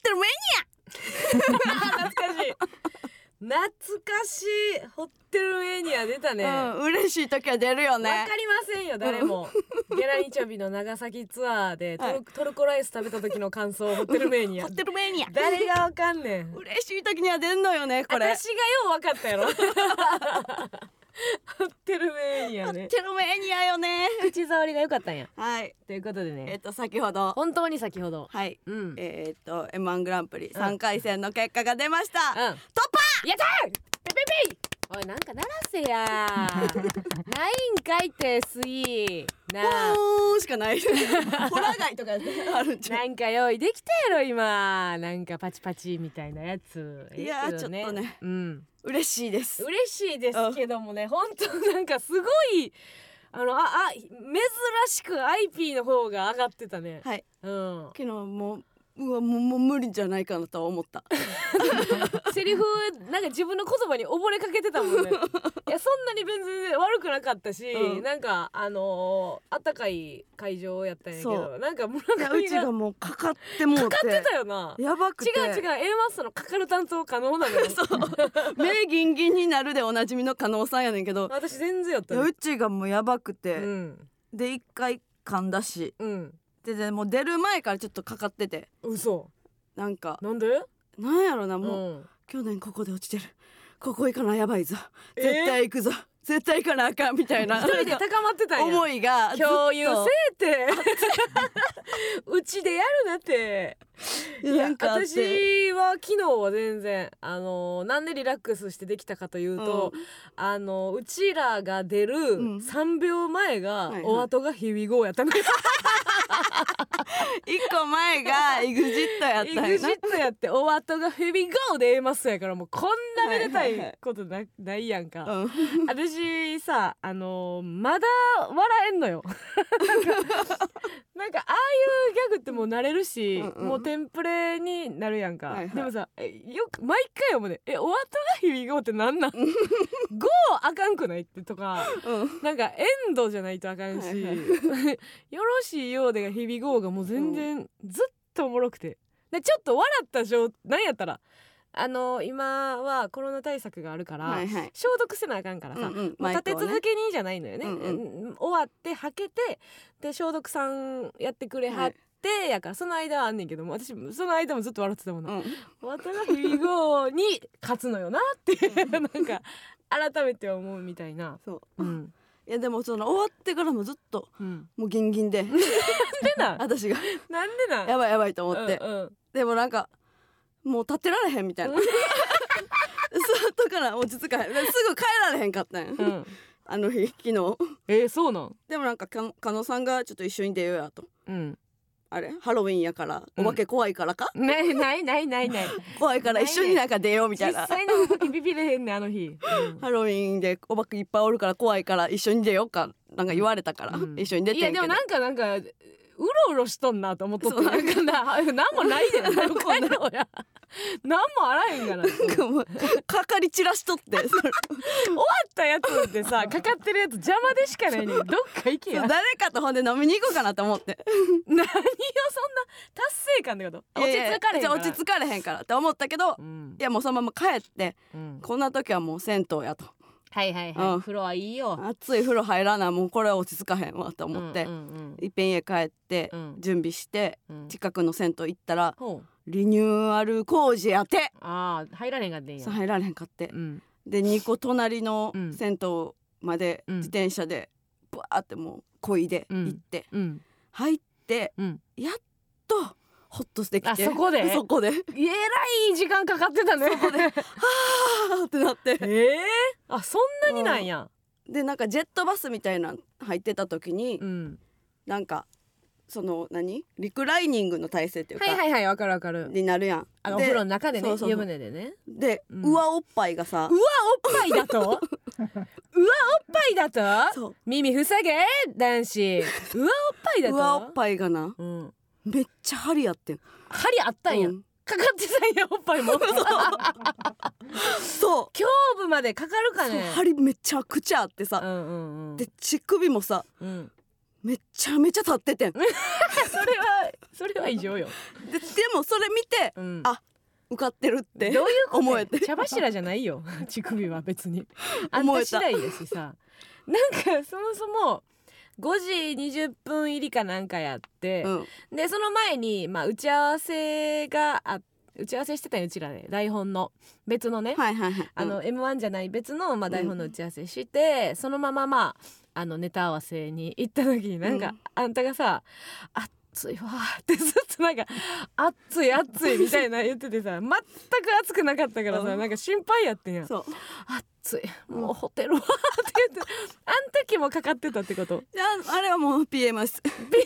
テルメ懐かしい懐かしい。ホテルメニア出たね、 嬉しい時は出るよね。 わかりませんよ誰も、ゲラニチョビの長崎ツアーでトルコライス食べた時の感想ホテルメニアホテルメニア誰がわかんねん。 嬉しい時には出んのよねこれ。 私がようわかったやろホテルメニアホね。 テルメニアよね。 口触りが良かったんや。 はいということでね、 先ほど本当に先ほどはい、 うん、 M1 グランプリ3回戦の結果が出ました、突破やったー。ペペペイ。おいなんか鳴らせやないんかいってスイなあしかないホラガイとかあるんちゃう。 なんか用意できたやろ今。なんかパチパチみたいなやつ。 いやー、ちょっとね、嬉しいです。 嬉しいですけどもね、本当なんかすごい珍しく IP の方が上がってたね。 はい、 昨日もう無理じゃないかなとは思ったセリフなんか自分の言葉に溺れかけてたもんねいやそんなに全然悪くなかったし、なんかあったかい会場やったんやけど、なんか村上うちがもうかかってもうてかかってたよな。 やばくて違う A マッソのかかる担当可能なのよそう目ギンギンになるでおなじみの加納さんやねんけど、 私全然やったね。 うちがもうやばくて、で一回噛んだし、でもう出る前からちょっとかかってて、 嘘なんかなんでなんやろな、もう、去年ここで落ちてる、ここ行かなやばいぞ、絶対行くぞ、絶対行かなあかんみたいな一人で高まってたんや。 思いが共有せえてうちでやるなって。いや私は昨日は全然なんでリラックスしてできたかというと、うちらが出る3秒前がお後がヒビゴーやったのよ 1個前が EXIT やったんやな。 EXIT やってお後がヘビゴーで A マッソやから、もうこんなめでたいことないやんか、私さまだ笑えんのよなんかああいうギャグってもう慣れるし、もうテンプレになるやんか、でもさよく毎回思うね、お後がヘビゴーってなんなんゴーあかんくないってとか、なんかエンドじゃないとあかんし、よろしいようでがヘビゴーがもう全然ずっとおもろくて、でちょっと笑ったなんやったら今はコロナ対策があるから、消毒せなあかんからさ、もう立て続けにじゃないのよね、終わってはけてで消毒さんやってくれはって、やからその間はあんねんけども、私その間もずっと笑ってたもんな、渡辺ヒビゴーに勝つのよなってなんか改めて思うみたいな。そう、 いやでもその終わってからもずっと、もうギンギンでなんでなん私がなんでなんやばいやばいと思って、でもなんかもう立ってられへんみたいな外から落ち着かへん、すぐ帰られへんかったんや、あの日昨日。 そうなん。 でもなんか加納さんがちょっと一緒に出ようやと、あれハロウィンやからお化け怖いからか、 ない怖いから一緒になんか出ようみたいな、 実際のお化けビビれへんねあの日、 ハロウィンでお化けいっぱいおるから怖いから一緒に出ようかなんか言われたから、一緒に出てんけど、 いやでもなんかうろうろしとんなと思っとって、なんかなんもないで帰ろうやなんもあらへんからかかり散らしとって終わったやつってさかかってるやつ邪魔でしかないねん、どっか行けや誰かとほんで飲みに行こうかなと思って何よそんな達成感ってこと、落ち着かれへんから落ち着かれへんからって思ったけど、いやもうそのまま帰って、こんな時はもう銭湯やと、 風呂はいいよ、 暑い風呂入らな、もうこれは落ち着かへんわと思って、いっぺん家帰って、準備して、近くの銭湯行ったら、リニューアル工事やて、 入られへんかってんや。 そう入られへんかって、で2個隣の銭湯まで自転車でバーってもう漕いで行って、入って、やっとホッとしてきて、 そこでえらい時間かかってたね、そこではーってなって、 そんなになんや、 でなんかジェットバスみたいな入ってた時に、なんかそのリクライニングの体勢っていうか、 わかるわかるになるやん、 お風呂の中でね、湯船でね、 で、上おっぱいがさ、 上おっぱいだと上おっぱいだと耳塞げ男子、上おっぱいだと上おっぱいがな、めっちゃ針やってん、 針あったんや、かかってたんや、おっぱいもそう胸部までかかるかね、 針めちゃくちゃあってさ、で乳首もさ、めちゃめちゃ立っててんそれは異常よもそれ見て、あ、受かってるってどういうこと思えて、 茶柱じゃないよ乳首は別にあんた次第やしさ、なんかそもそも5時20分入りかなんかやって、でその前に、打ち合わせしてたんよ、うちらね、台本の別のね、M1 じゃない別の、台本の打ち合わせして、そのままネタ合わせに行った時になんか、あんたがさ、暑いわってずっとなんか暑いみたいな言っててさ、全く暑くなかったからさ、なんか心配やってんや。暑い、もうホテルはって言って、あん時もかかってたってこと？ あれはもう PMS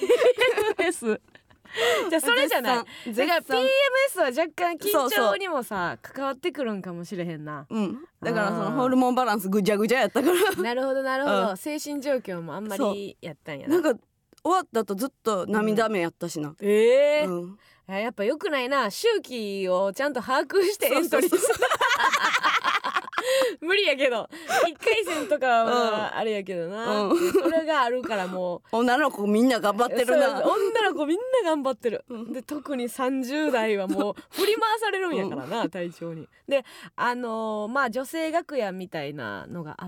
じゃあそれじゃない。だから PMS は若干緊張にもさ関わってくるんかもしれへんな。 だからそのホルモンバランスぐちゃぐちゃやったからなるほど、精神状況もあんまりやったんやな。 なんか終わった後ずっと涙目やったしな。 やっぱ良くないな、周期をちゃんと把握してエントリーする無理やけど1回戦とかはあれやけどな、それがあるからもう女の子みんな頑張ってるな。 女の子みんな頑張ってる、で特に30代はもう振り回されるんやからな、体調に。で女性楽屋みたいなのがあって、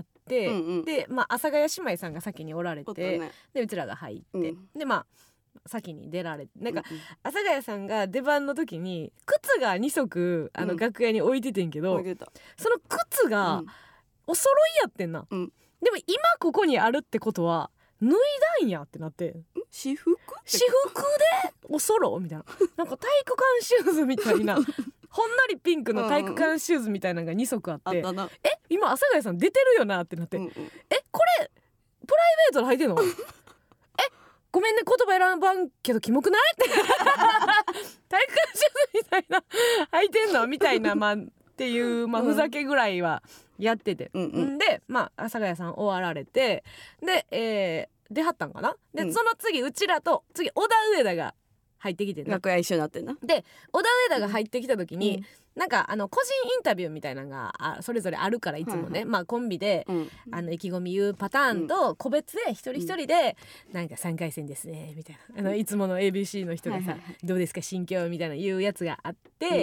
で阿佐ヶ谷姉妹さんが先におられて、でうちらが入って、で先に出られて、なんか阿佐ヶ谷さんが出番の時に靴が2足楽屋に置いててんけど、その靴がお揃いやってんな、でも今ここにあるってことは脱いだんやってなって、 私服でおそろみたいな、なんか体育館シューズみたいなほんのりピンクの体育館シューズみたいなのが2足あって、今阿佐ヶ谷さん出てるよなってなって、これプライベートで履いてんのごめんね、言葉選ばんけどキモくないって体育館シューズみたいな履いてんのみたいな、っていう、ふざけぐらいはやってて、で阿佐ヶ谷さん終わられて、で、出はったんかな、で、その次うちらと次小田上田が入ってきて、 楽屋一緒になってんな。 で小田上田が入ってきた時に、なんか個人インタビューみたいなのがそれぞれあるから、いつもね、コンビで、意気込み言うパターンと個別で一人一人で、なんか3回戦ですねみたいな、いつもの ABC の人がさ、どうですか心境みたいな言うやつがあって、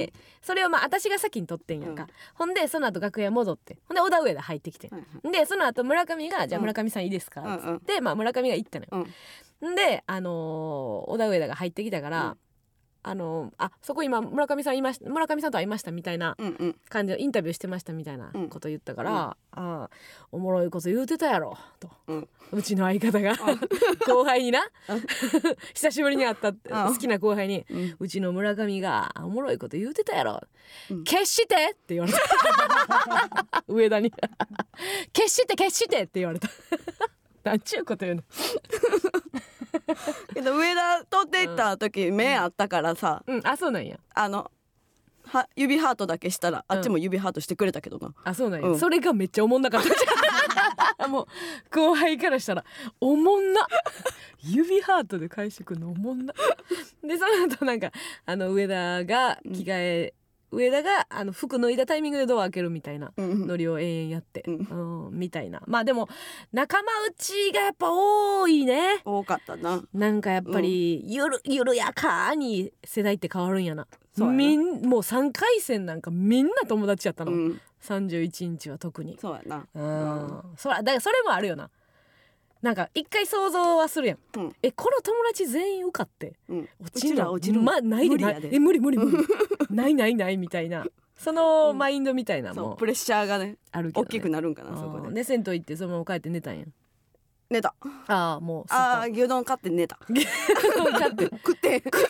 それを私が先に撮ってんやんか、ほんでその後楽屋戻って、ほんで小田上田入ってきて、でその後村上がじゃあ村上さんいいですかっつって、村上が行ったのよ。で小田上田が入ってきたから、そこ今村上さんと会いましたみたいな感じでインタビューしてましたみたいなこと言ったから、おもろいこと言うてたやろと、うちの相方が後輩にな久しぶりに会った好きな後輩に、うちの村上がおもろいこと言うてたやろ、消してって言われた上田に消してって言われたなんちゅうこと言うのけど上田通っていった時、目あったからさ、 そうなんや、 指ハートだけしたら、あっちも指ハートしてくれたけどな。 そうなんや、それがめっちゃおもんなかったもう後輩からしたらおもんな指ハートで返してくるのおもんなでその後なんか上田が着替え、上田が服脱いだタイミングでドア開けるみたいなノリを延々やって、みたいな。でも仲間内がやっぱ多いね。 多かったな。 なんかやっぱりゆるやかに世代って変わるんやな。もう3回戦なんかみんな友達やったの、31日は特に。 そうやな。 だからそれもあるよな。なんか一回想像はするやん、この友達全員受かって、落ちるないでない無理ないみたいな、そのマインドみたいなもプレッシャーがねあるけどね、 大きくなるんかな。そこで銭湯行ってそのまま帰って寝たんや。 寝た。 もう牛丼買って寝た。 牛丼買って食ってなんか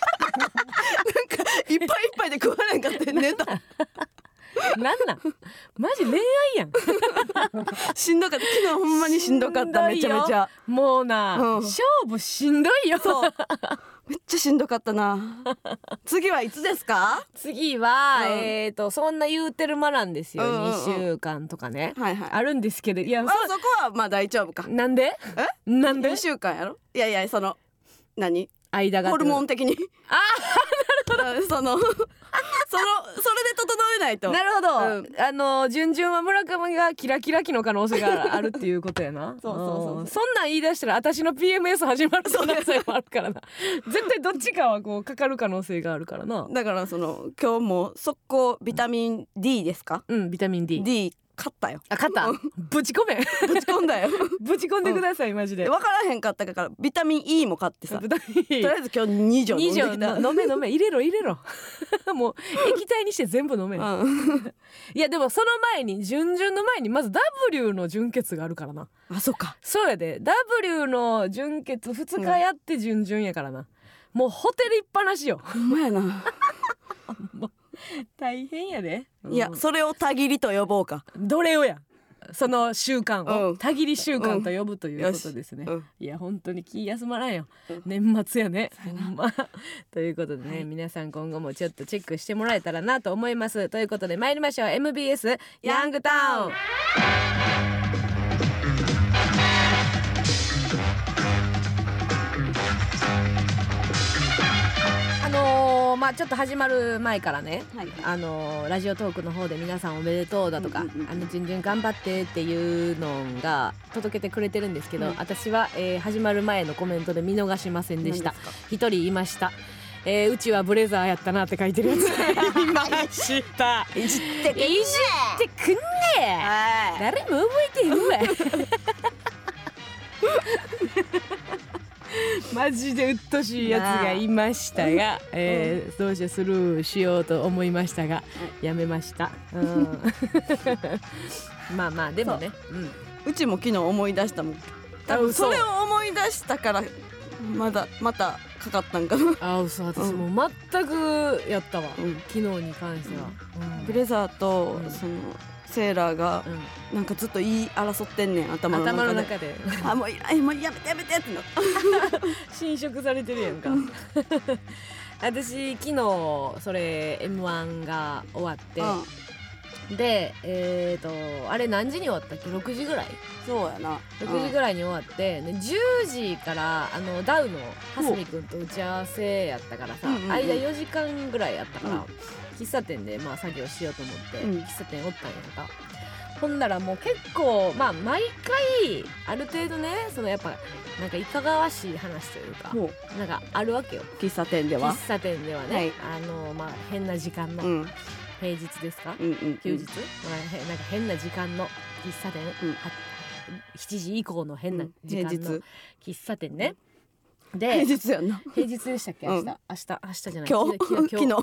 いっぱいいっぱいで食わないかって寝た。 なんマジ恋愛やんしんどかった。昨日ほんまにしんどかった。めちゃめちゃもうな、勝負しんどいよ。 そうめっちゃしんどかったな。次はいつですか？ 次は、そんな言うてる間なんですよ、2週間とかね、あるんですけど、いやそこは大丈夫か。 なんで 2週間やろ。いやその何間がホルモン的になるほどそれで整めないと。 なるほど、順々は村上がキラキラ期の可能性があるっていうことやなそうそんなん言い出したら私の PMS 始まる可能性もあるからな絶対どっちかはこうかかる可能性があるからな。 だから今日も速攻ビタミン D ですか？ ビタミン D 買ったよ。 買ったぶち込めぶち込んだよぶち込んでください、マジで。 分からへんかったからビタミン E も買ってさ、とりあえず今日2錠飲んできた。 飲め入れろもう液体にして全部飲め、いやでもその前に準々の前にまず W の準決があるからな。 あ、そうか。 そうやで W の準決2日やって準々やからな、もうホテル行っぱなしよ。 ほんまやな大変やで。 いや、それをたぎりと呼ぼうか。 どれをや、その習慣をたぎり習慣と呼ぶということですね。いや本当に気休まらんよ、年末やね、ということでね、皆さん今後もちょっとチェックしてもらえたらなと思います。ということで参りましょう。 MBS ヤングタウン。ちょっと始まる前からね、ラジオトークの方で皆さんおめでとうだとか、順々頑張ってっていうのが届けてくれてるんですけど、私は、始まる前のコメントで見逃しませんでした。一人いました。うちはブレザーやったなって書いてるやついました。いじってくんね誰も覚えてへんわマジでうっとしいやつがいましたが、どうしてスルーしようと思いましたが、やめました、まあでもね、 うちも昨日思い出したもん。多分それを思い出したからまたかかったんかな。 嘘、私もう全くやったわ、昨日に関しては、 ブレザーとセーラーがなんかずっと言い争ってんねん、頭の中であ、もうやめてってなった侵食されてるやんか私昨日それ M1 が終わって、であれ何時に終わったっけ、6時ぐらい。 そうやな、 6時ぐらいに終わって、10時からダウの蓮見くんと打ち合わせやったからさ、間4時間ぐらいやったから、喫茶店で作業しようと思って、喫茶店おったんやんか。ほんならもう結構毎回ある程度ね、やっぱなんかいかがわしい話というかなんかあるわけよ、 喫茶店ではね、変な時間の、平日ですか、休日、なんか変な時間の喫茶店、7時以降の変な時間の喫茶店ね、で平日やんな。 平日でしたっけ、明日じゃない、 昨日昨日かかか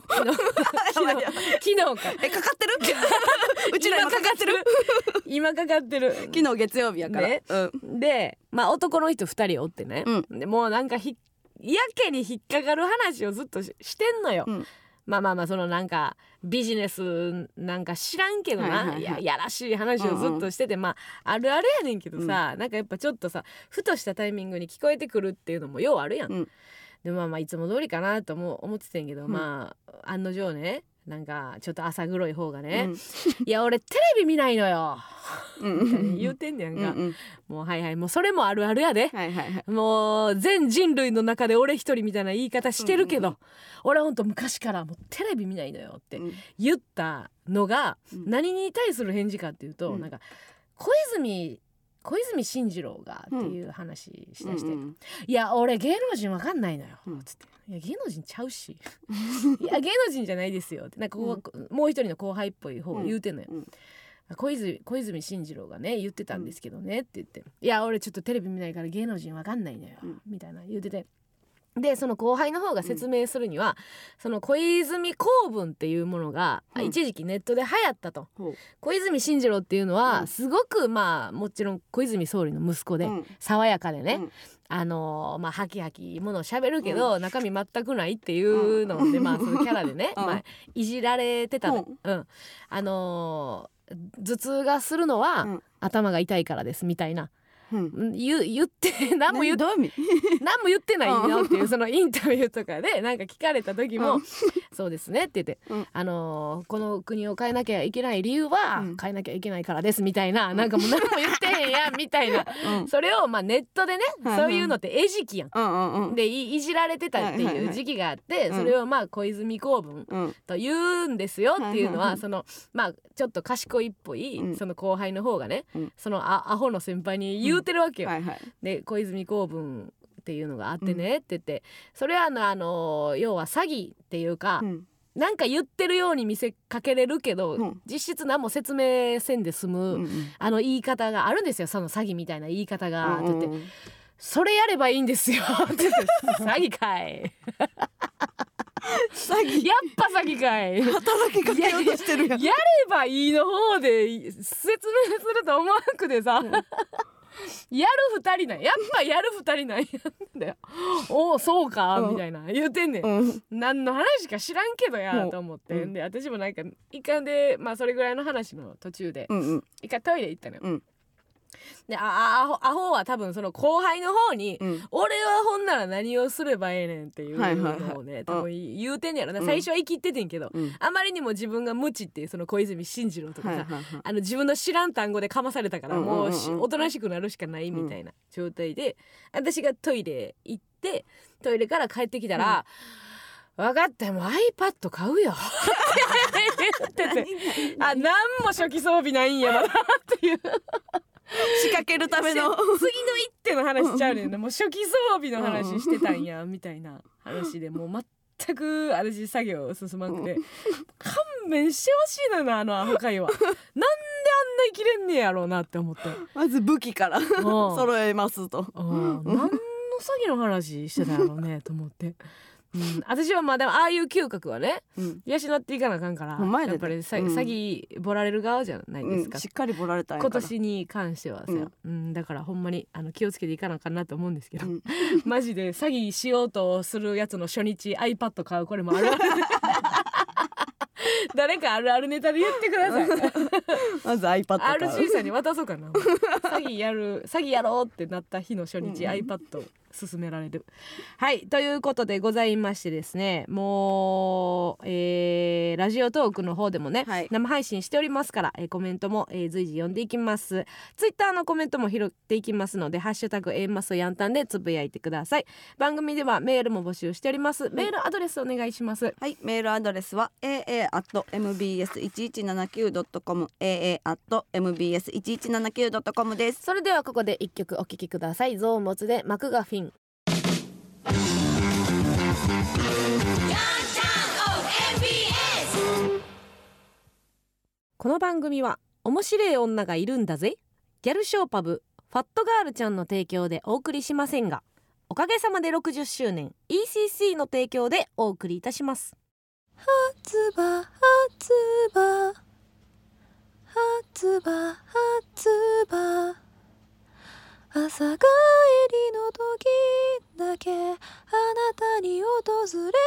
ってるうちら今かかってる今かかってる。 昨日月曜日やから、 で男の人2人おってね、でもうなんかやけに引っかかる話をずっとしてんのよ、そのなんかビジネスなんか知らんけどな、やらしい話をずっとしてて、あるあるやねんけどさ、なんかやっぱちょっとさ、ふとしたタイミングに聞こえてくるっていうのもようあるやん、でいつも通りかなとも思ってたんやけど、案の定ね、なんかちょっと朝黒い方がね、いや俺テレビ見ないのよみたいに言うてんねやんか、もうもうそれもあるあるやで、もう全人類の中で俺一人みたいな言い方してるけど、俺ほんと昔からもうテレビ見ないのよって言ったのが、何に対する返事かっていうと、なんか小泉進次郎がっていう話しだして、いや俺芸能人わかんないのよつって、いや芸能人ちゃうしいや芸能人じゃないですよって、なんかもう一人の後輩っぽい方言うてんのよ、小泉進次郎がね言ってたんですけどねって言って、いや俺ちょっとテレビ見ないから芸能人わかんないのよ、みたいな言うてて、でその後輩の方が説明するには、その小泉公文っていうものが、一時期ネットで流行ったと、小泉進次郎っていうのは、すごくもちろん小泉総理の息子で、爽やかでね、ハキハキものをしゃべるけど、中身全くないっていうので、そのキャラでね、いじられてたの、頭痛がするのは、頭が痛いからですみたいな言って何も言ってないよっていうそのインタビューとかでなんか聞かれた時もそうですねって言って、この国を変えなきゃいけない理由は変えなきゃいけないからですみたいな、なんかもう何も言ってへんやんみたいな、それをまあネットでね、そういうのって餌食やん、でいじられてたっていう時期があって、それをまあ小泉公文と言うんですよっていうのは、そのまあちょっと賢いっぽいその後輩の方がね、そのアホの先輩に言うてるわけよ。で小泉公文っていうのがあってねって言って、それは要は詐欺っていうか、なんか言ってるように見せかけれるけど、実質何も説明せんで済む、言い方があるんですよ、その詐欺みたいな言い方がって言って、それやればいいんですよって言って詐欺かい詐欺やっぱ詐欺かい働きかけようとしてるやん。 やればいいの方で説明すると思わなくてさ、やる2人なんやっぱやる2人なんやんだよ。おおそうかみたいな言うてんねん、何の話か知らんけどやと思って、で私もなんか一回でまあそれぐらいの話の途中で一回トイレ行ったのよ、でアホは多分その後輩の方に、俺はほんなら何をすればええねんっていうのをね、多分言うてんねやろな、最初は生きっててんけど、あまりにも自分が無知っていうその小泉進次郎とかさ、自分の知らん単語でかまされたから、もうおとなしくなるしかないみたいな状態で、私がトイレ行ってトイレから帰ってきたら、分かったよもう iPad 買うよって言ってて、あ、なんも初期装備ないんやなっていう仕掛けるための次の一手の話しちゃうねんな、もう初期装備の話してたんやみたいな話で、もう全く私作業進まんくて、勘弁してほしいのよな、あのアホ会話なんであんな生きれんねやろうなって思って、 まず武器から揃えますと、 何の詐欺の話してたやろうねと思って私はまあでもああいう嗅覚はね、養っていかなあかんから、やっぱり詐欺ボラれる側じゃないですか、 しっかりボラれたんやから今年に関してはさ、だからほんまに気をつけていかなあかんなと思うんですけど、マジで詐欺しようとするやつの初日 iPad 買う、これもあるある誰かあるあるネタで言ってくださいまず iPad 買う、 RG さんに渡そうかな詐欺やろうってなった日の初日、iPad 勧められる。はいということでございましてですね、もう、ラジオトークの方でもね、生配信しておりますから、コメントも、随時読んでいきます。ツイッターのコメントも拾っていきますので、ハッシュタグAマスヤンタンでつぶやいてください。番組ではメールも募集しております。メールアドレスお願いします。 はい、メールアドレスは aa@mbs1179.com aa@mbs1179.com です。 それではここで一曲お聴きください。ゾウモツでマクガフィン。この番組は面白い女がいるんだぜ、ギャルショーパブファットガールちゃんの提供でお送りしませんが、おかげさまで60周年 ECC の提供でお送りいたします。 初葉初葉初葉初葉、朝帰りの時だけあなたに訪れる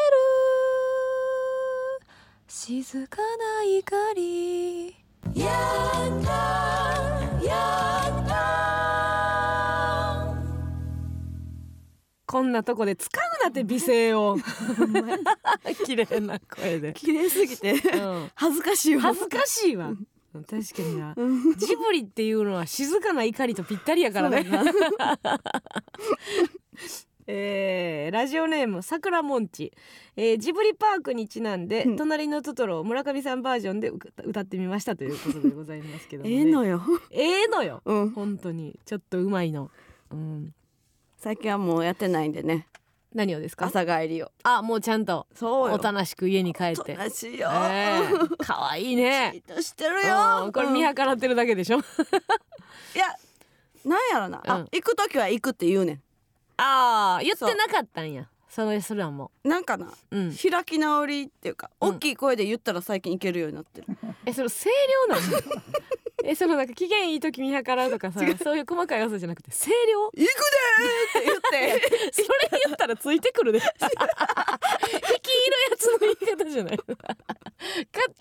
静かな光、やったやったこんなとこで使うなって美声を綺麗な声で、 綺麗すぎて、恥ずかしいわ恥ずかしいわ確かになジブリっていうのは静かな怒りとぴったりやからねラジオネームさくらもんち、ジブリパークにちなんで、隣のトトロを村上さんバージョンで歌ってみましたということでございますけども、ね、 のよ本当にちょっとうまいの、 最近はもうやってないんでね。 何をですか？ 朝帰りを。 あ、もうちゃんとおとなしく家に帰って。 おとなしいよ、 かわいいね。 チートしてるよ。 これ見計らってるだけでしょいや、なんやろな、行くときは行くって言うねん。 言ってなかったんや。それはもうなんかな、開き直りっていうか、大きい声で言ったら最近行けるようになってる。 それ声量なのそのなんか機嫌いい時見計らうとかさ、そういう細かい要素じゃなくて声量、 行くでーって言ってそれ言ったらついてくるで引き入るやつの言い方じゃない勝手に行く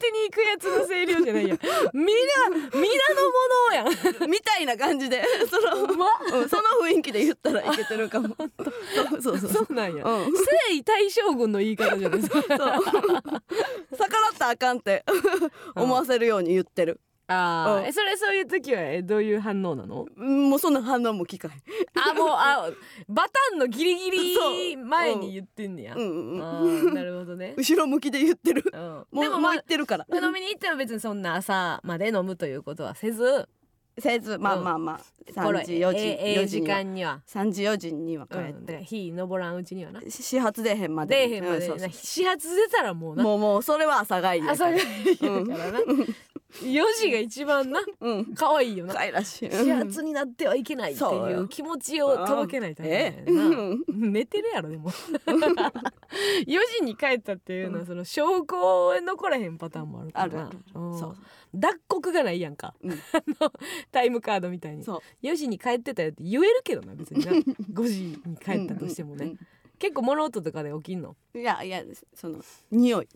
やつの声量じゃないやん。皆のものやんみたいな感じでその雰囲気で言ったらいけてるかも。 そうなんや、征夷大将軍の言い方じゃないですか。 逆らったらあかんって思わせるように言ってる。 そういう時はどういう反応なの？ もうそんな反応も聞かへん。 もうバタンのギリギリ前に言ってんねや。なるほどね。 後ろ向きで言ってる。もう言ってるから。 飲みに行っても別にそんな朝まで飲むということはせずまあ3時4時時間には 3時4時には帰って、 日昇らんうちにはな始発出へんまで始発出たらもうなもうそれは朝帰りやからな4時が一番な可愛いよな。 可愛らしい。 始発になってはいけないっていう気持ちを届けないために寝てるやろ。でも4時に帰ったっていうのはその証拠残らへんパターンもあるからな。脱穀がないやんか、タイムカードみたいに4時に帰ってたよって言えるけどな別にな5時に帰ったとしてもね結構物音とかで起きんの？ いやその匂い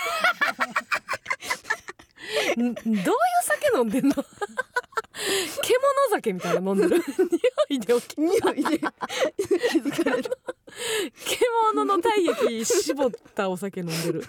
どういう酒飲んでんの？獣酒みたいな飲んでる匂いで気づかれる。 獣の体液絞ったお酒飲んでる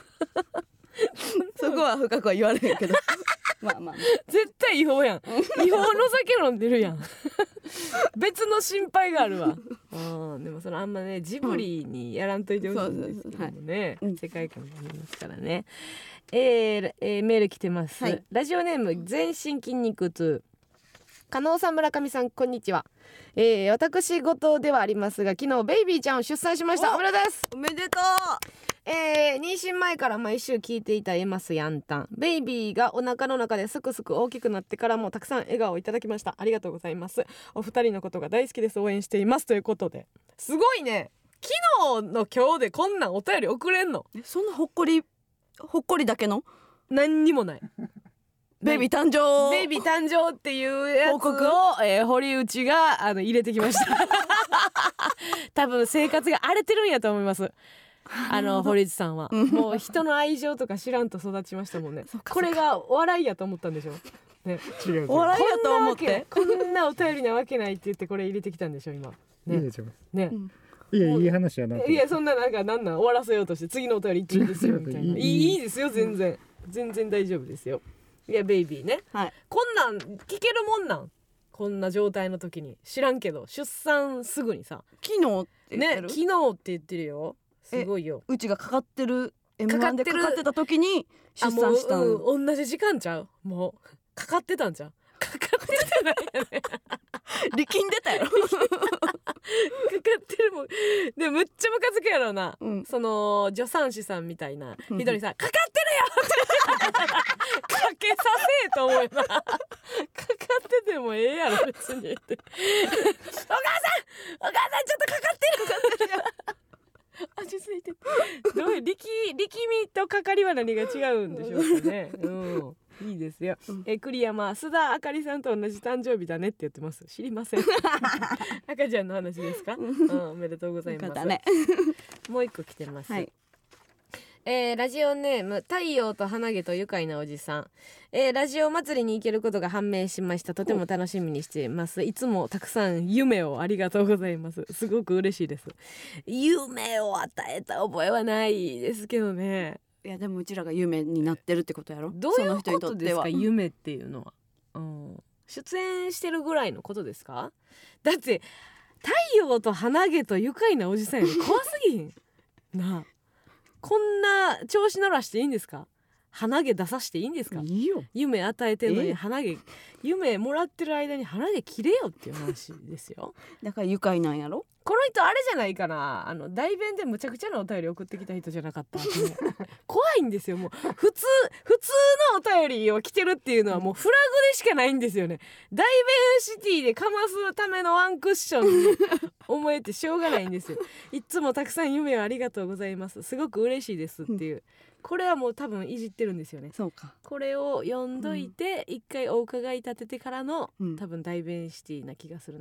そこは深くは言われへんけどまあ絶対違法やん。違法の酒飲んでるやん別の心配があるわ。でもそのあんまねジブリにやらんといてほしいんですけどもね、世界観がありますからね。メール来てます、ラジオネーム全身筋肉痛。加納さん村上さんこんにちは。私事ではありますが昨日ベイビーちゃんを出産しました。おめでとうです。 おめでとう。 妊娠前から毎週聞いていたエマスヤンタン。ベイビーがお腹の中ですくすく大きくなってからもたくさん笑顔をいただきました。ありがとうございます。お二人のことが大好きです。応援していますということで、すごいね。昨日の今日でこんなんお便り送れんの？ そんなほっこりだけの何にもないベイビー誕生っていうやつを、堀内が入れてきました多分生活が荒れてるんやと思います。堀内さんはもう人の愛情とか知らんと育ちましたもんねこれがお笑いやと思ったんでしょ、ね、 お笑いやと思ってこんなお便りなわけないって言ってこれ入れてきたんでしょ今、ね、 いいでしょね、 いい話やな。 いやそんななん終わらせようとして次のお便りいいですよみたいな。いいですよ全然大丈夫ですよ。いやベイビーね、こんなん聞けるもんなん？こんな状態の時に知らんけど出産すぐにさ昨日って言ってる？ 昨日って言ってるよ。すごいよ。 うちがかかってる M1 でかかってた時に出産したの。 同じ時間ちゃう？もうかかってたんちゃう？かかってたないよね力んでたやろかかってるもんでもむっちゃムカつくやろうな、その助産師さんみたいな一人さかかってるよってかけさせと思えばかかっててもええやろ別にってお母さんちょっとかかってるよ落ち着いてどういう力みとかかりは何が違うんでしょうかね。いいですよ、栗山須田あかりさんと同じ誕生日だねって言ってます。知りません赤ちゃんの話ですか、おめでとうございます、ね、もう一個来てます、ラジオネーム太陽と花毛と愉快なおじさん、ラジオ祭りに行けることが判明しました。とても楽しみにしています。いつもたくさん夢をありがとうございます。すごく嬉しいです。夢を与えた覚えはないですけどね。 いやでもうちらが夢になってるってことやろ。 どういうことですか夢っていうのは、出演してるぐらいのことですか？だって太陽と花毛と愉快なおじさんより怖すぎんなあ。こんな調子乗らしていいんですか？鼻毛出さしていいんですか？ いいよ。 夢与えてるのに鼻毛夢もらってる間に鼻毛切れよっていう話ですよだから愉快なんやろ。 この人あれじゃないかな、代弁でむちゃくちゃなお便り送ってきた人じゃなかった怖いんですよ。もう普通のお便りを来てるっていうのはもうフラグでしかないんですよね。代弁シティでかますためのワンクッションに思えてしょうがないんですよ。いつもたくさん夢をありがとうございます。すごく嬉しいですっていう、これはもう多分いじってるんですよね。 そうか。 これを読んどいて、一回お伺い立ててからの、多分代弁シティな気がするね。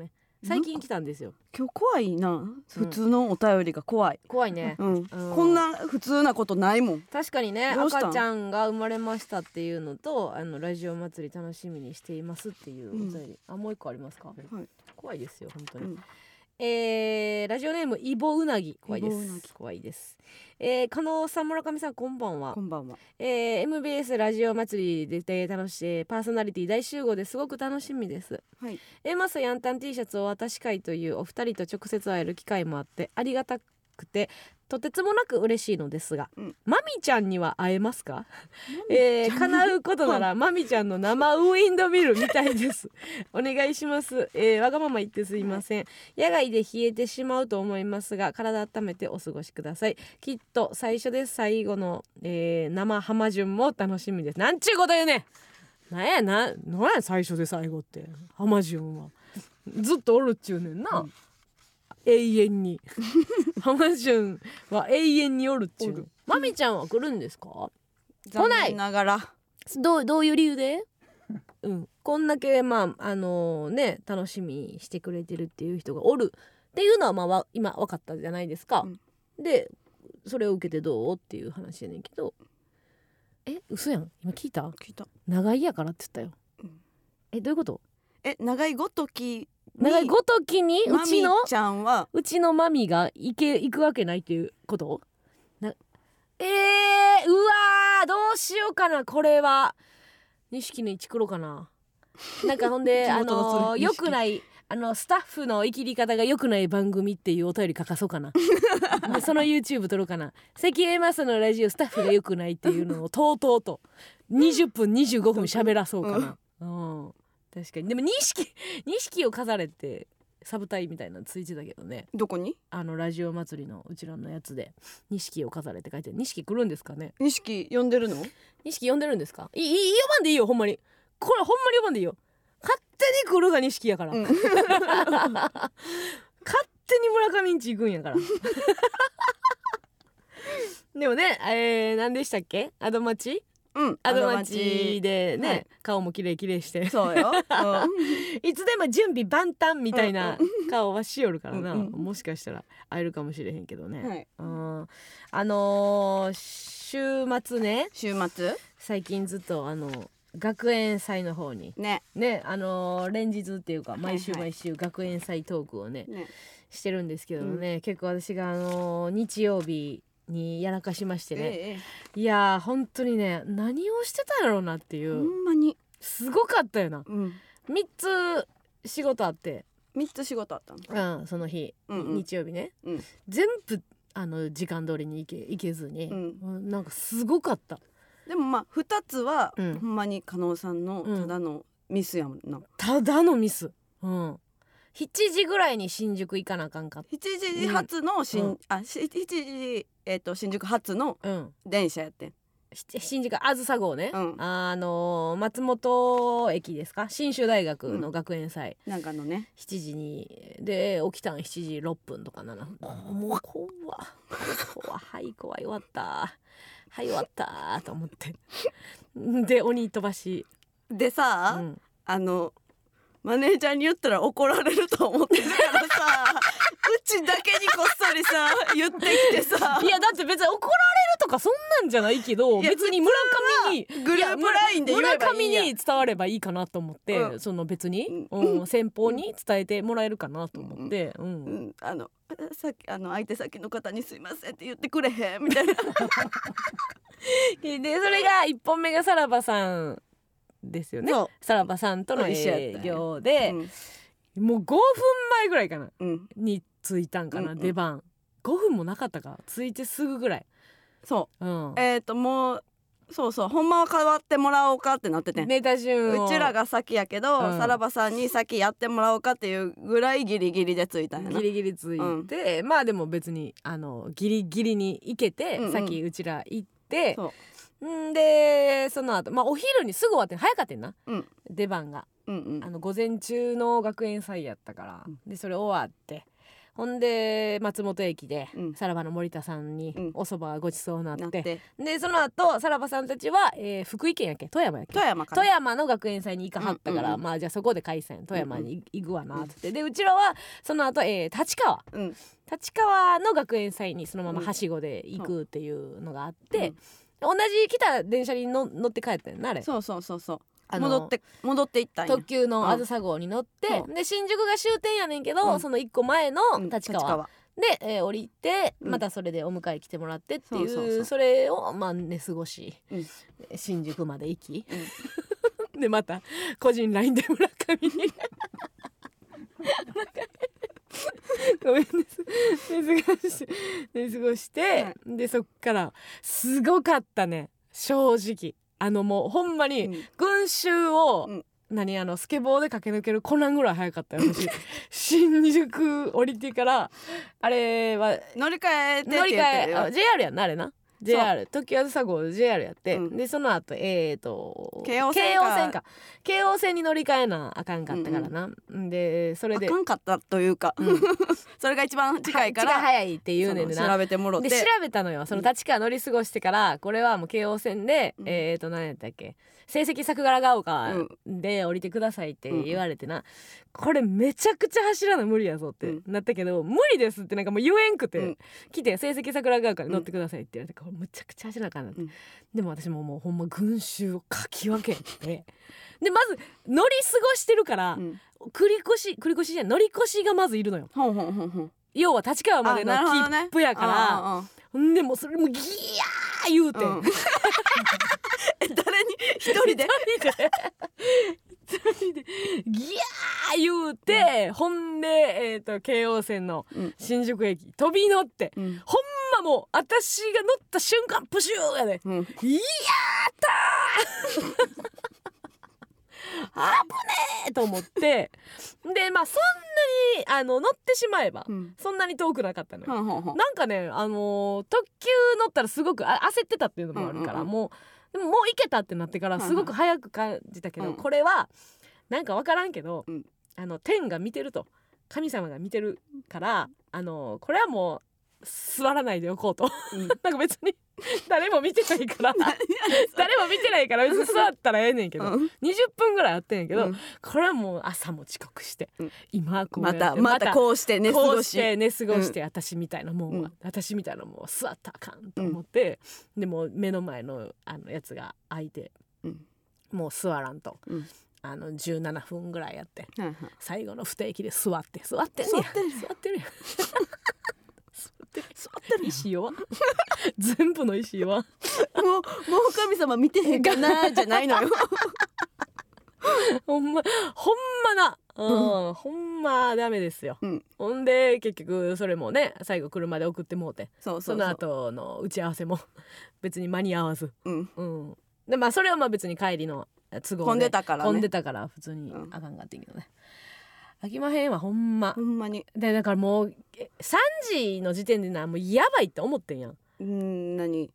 最近来たんですよ。 今日怖いな、普通のお便りが怖い、 怖いね、 こんな普通なことないもん。 確かにね、赤ちゃんが生まれましたっていうのとラジオ祭り楽しみにしていますっていうお便り、もう一個ありますか、怖いですよ本当に、ラジオネームイボウナギ、怖いです。怖いです。加納さん、村上さん、こんばんは。 こんばんは。 MBS ラジオ祭りで楽しいパーソナリティ大集合ですごく楽しみです。マスヤンタン T シャツを渡し会というお二人と直接会える機会もあってありがたくてとてつもなく嬉しいのですが、マミちゃんには会えますか？叶うことならマミちゃんの生ウィンドミルみたいですお願いします。わがまま言ってすいません。野外で冷えてしまうと思いますが体温めてお過ごしください。きっと最初で最後の、生浜順も楽しみです。なんちゅうこと言うねん。なんや最初で最後って浜順はずっとおるっちゅうねんな、永遠に浜順は永遠におるっちゅう。マミちゃんは来るんですか？ 残念ながら。 どういう理由でこんだけ楽しみにしてくれてるっていう人がおるっていうのは今分かったじゃないですか、でそれを受けてどうっていう話やねんけど、嘘やん、今聞いた長いやからって言ったよ、どういうこと？ 長いごときにうちのマミちゃんはうちのマミが行くわけないっていうこと？うわーどうしようかな。これは錦の一黒かな。なんかほんでよくないスタッフの生きり方が良くない番組っていうお便り書かそうかなでその YouTube 撮ろうかな。関 A マスのラジオスタッフが良くないっていうのをとうとうと20分25分喋らそうかな、確かに。でも錦を飾れってサブタイみたいなのついてたけどね。 どこに？ ラジオ祭りのうちらのやつで錦を飾れって書いてる。錦来るんですかね？ 錦呼んでるの？ 錦呼んでるんですか？呼ばんでいいよほんまに。これほんまに呼ばんでいいよ。勝手に来るが錦やから、勝手に村上んち行くんやからでもね、何でしたっけ？アドマチでね、顔もきれいしてそうよ、 いつでも準備万端みたいな顔はしよるからな、もしかしたら会えるかもしれへんけどね、週末ね、最近ずっと学園祭の方にね連日っていうか毎週学園祭トークをねしてるんですけどね、結構私が日曜日にやらかしましてね、いや本当にね何をしてたんやろうなっていう、 ほんまにすごかったよな、3つ仕事あって 3つ仕事あったの、 その日、日曜日ね、全部時間通りに行けずに、なんかすごかった。 でも2つは、ほんまに加納さんのただのミスやもんな、 ただのミス。7時ぐらいに新宿行かなあかんかった。 7時発の新宿発の電車やってん、 新宿あずさ号ね、松本駅ですか、信州大学の学園祭、 なんかのね 7時にで起きたん7時6分とかな。もう怖い終わったと思ってで鬼飛ばしでさ、マネージャーに言ったら怒られると思ってたからさうちだけにこっそりさ言ってきてさ、 いやだって別に怒られるとかそんなんじゃないけど、別に村上にグループラインで言えばいいんや、 村上に伝わればいいかなと思って、その別に、先方に伝えてもらえるかなと思って、 さっき相手先の方にすいませんって言ってくれへんみたいなでそれが1本目がさらばさんですよね。さらばさんとの営業で、もう5分前ぐらいかな、に着いたんかな、出番5分もなかったか、着いてすぐぐらい。 そう、もうそうほんまは変わってもらおうかってなってて、 ネタ順うちらが先やけど、さらばさんに先やってもらおうかっていうぐらいギリギリで着いたんやな。 ギリギリ着いて、まあでも別にギリギリに行けて、先うちら行って、でその後、お昼にすぐ終わって早かったんな、出番が、午前中の学園祭やったから、でそれ終わってほんで松本駅でさらばの森田さんにお蕎麦ごちそうになって、でその後さらばさんたちは、福井県やっけ富山やっけ富山の学園祭に行かはったから、まあじゃあそこで開催富山に行くわなって、でうちらはその後、立川の学園祭にそのままはしごで行くっていうのがあって、同じ来た電車に乗って帰ったよなあれ。そう戻っていったんや。特急のあずさ号に乗って、で新宿が終点やねんけど、その1個前の立川で、降りてまたそれでお迎え来てもらってっていう、それをまあ寝過ごし、新宿まで行き、でまた個人 LINE で村上にごめん寝過ごして、でそっからすごかったね正直。もうほんまに群衆を、スケボーで駆け抜けるコナンぐらい早かったよ私新宿降りてからあれは乗り換えてって言ってるよ。 JR やんなあれな。 JR 東京あずさ号 JR やって、でその後京王線に乗り換えなあかんかったからな、でそれであかんかったというか、それが一番近いから早いっていうねんな。 調べてもろて、 で調べたのよ。その立川乗り過ごしてから、これはもう京王線で、何やったっけ、成績桜ヶ丘で降りてくださいって言われてな、これめちゃくちゃ走らな無理やぞってなったけど、無理ですってなんかもう言えんくて、来て成績桜ヶ丘に乗ってくださいって言われて、これむちゃくちゃ走らなあかんなって、でも私ももうほんま群衆をかき分けてでまず乗り過ごしてるから、乗り越しがまずいるのよ。要は立川までの切符やから、でもそれもギヤー言うて、 誰に一人でギヤー言うて、ほんで、京王線の新宿駅飛び乗って、ほんまもう私が乗った瞬間プシューやで、やったー危ねえと思って、でまあそんなに乗ってしまえば、そんなに遠くなかったのよ、なんかね特急乗ったらすごく焦ってたっていうのもあるから、もう行けたってなってからすごく早く感じたけど、これはなんか分からんけど、天が見てると、神様が見てるから、これはもう座らないでおこうと、なんか別に誰も見てないから別に座ったらええねんけど、20分ぐらいあってんやけど、これはもう朝も遅刻して、今こうやってまたこうして寝過ごして、私みたいなもんは座ったらあかんと思って、でも目の前のやつが空いて、もう座らんと、17分ぐらいやって、最後の不定期で座ってる意志弱全部の意志弱もう神様見てへんかなじゃないのよほんまな、ほんまダメですよ、ほんで結局それもね最後車で送ってもうて、その後の打ち合わせも別に間に合わず、でまあそれはまあ別に帰りの都合で混んでたから普通にあかんかったけどね、飽きまへんわほんまに。 でだからもう3時の時点でもうやばいって思ってんやん。 何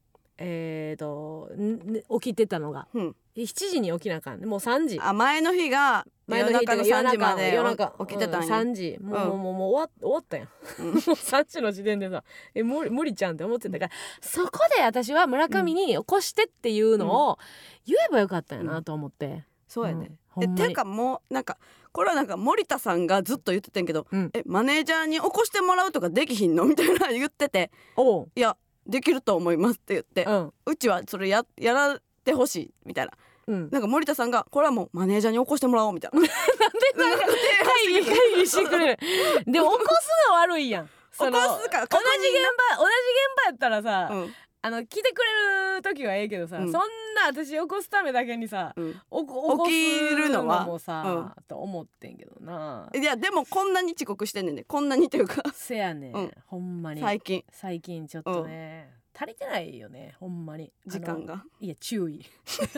起きてたのが、7時に起きなあかん、もう3時、 前の日が夜中の3時まで起きてたんや、 3時もう終わったやん、もう3時の時点でさ無理ちゃんって思ってたから、そこで私は村上に起こしてっていうのを言えばよかったんやなと思って、 そうやね、ていうかもうなんかこれはなんか森田さんがずっと言ってたんけど、マネージャーに起こしてもらうとかできひんのみたいな言ってて、いやできると思いますって言って、うちはそれやらってほしいみたいな、なんか森田さんがこれはもうマネージャーに起こしてもらおうみたいななんで会議してくれるでも起こすの悪いやん起こすか同じ現場やったらさ、来てくれる時はええけどさ、そんな私起こすためだけにさ、起きるのもさ、と思ってんけどな。 いやでもこんなに遅刻してんねんね、こんなにというかせやね、ほんまに最近ちょっとね、足りてないよねほんまに時間が。 いや注意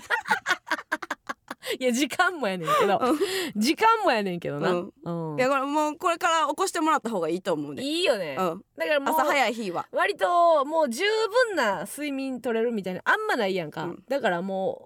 いや時間もやねんけど、時間もやねんけどな、いやこれから起こしてもらった方がいいと思うね。 いいよね、だからもう朝早い日は割ともう十分な睡眠取れるみたいなあんまないやんか、だからも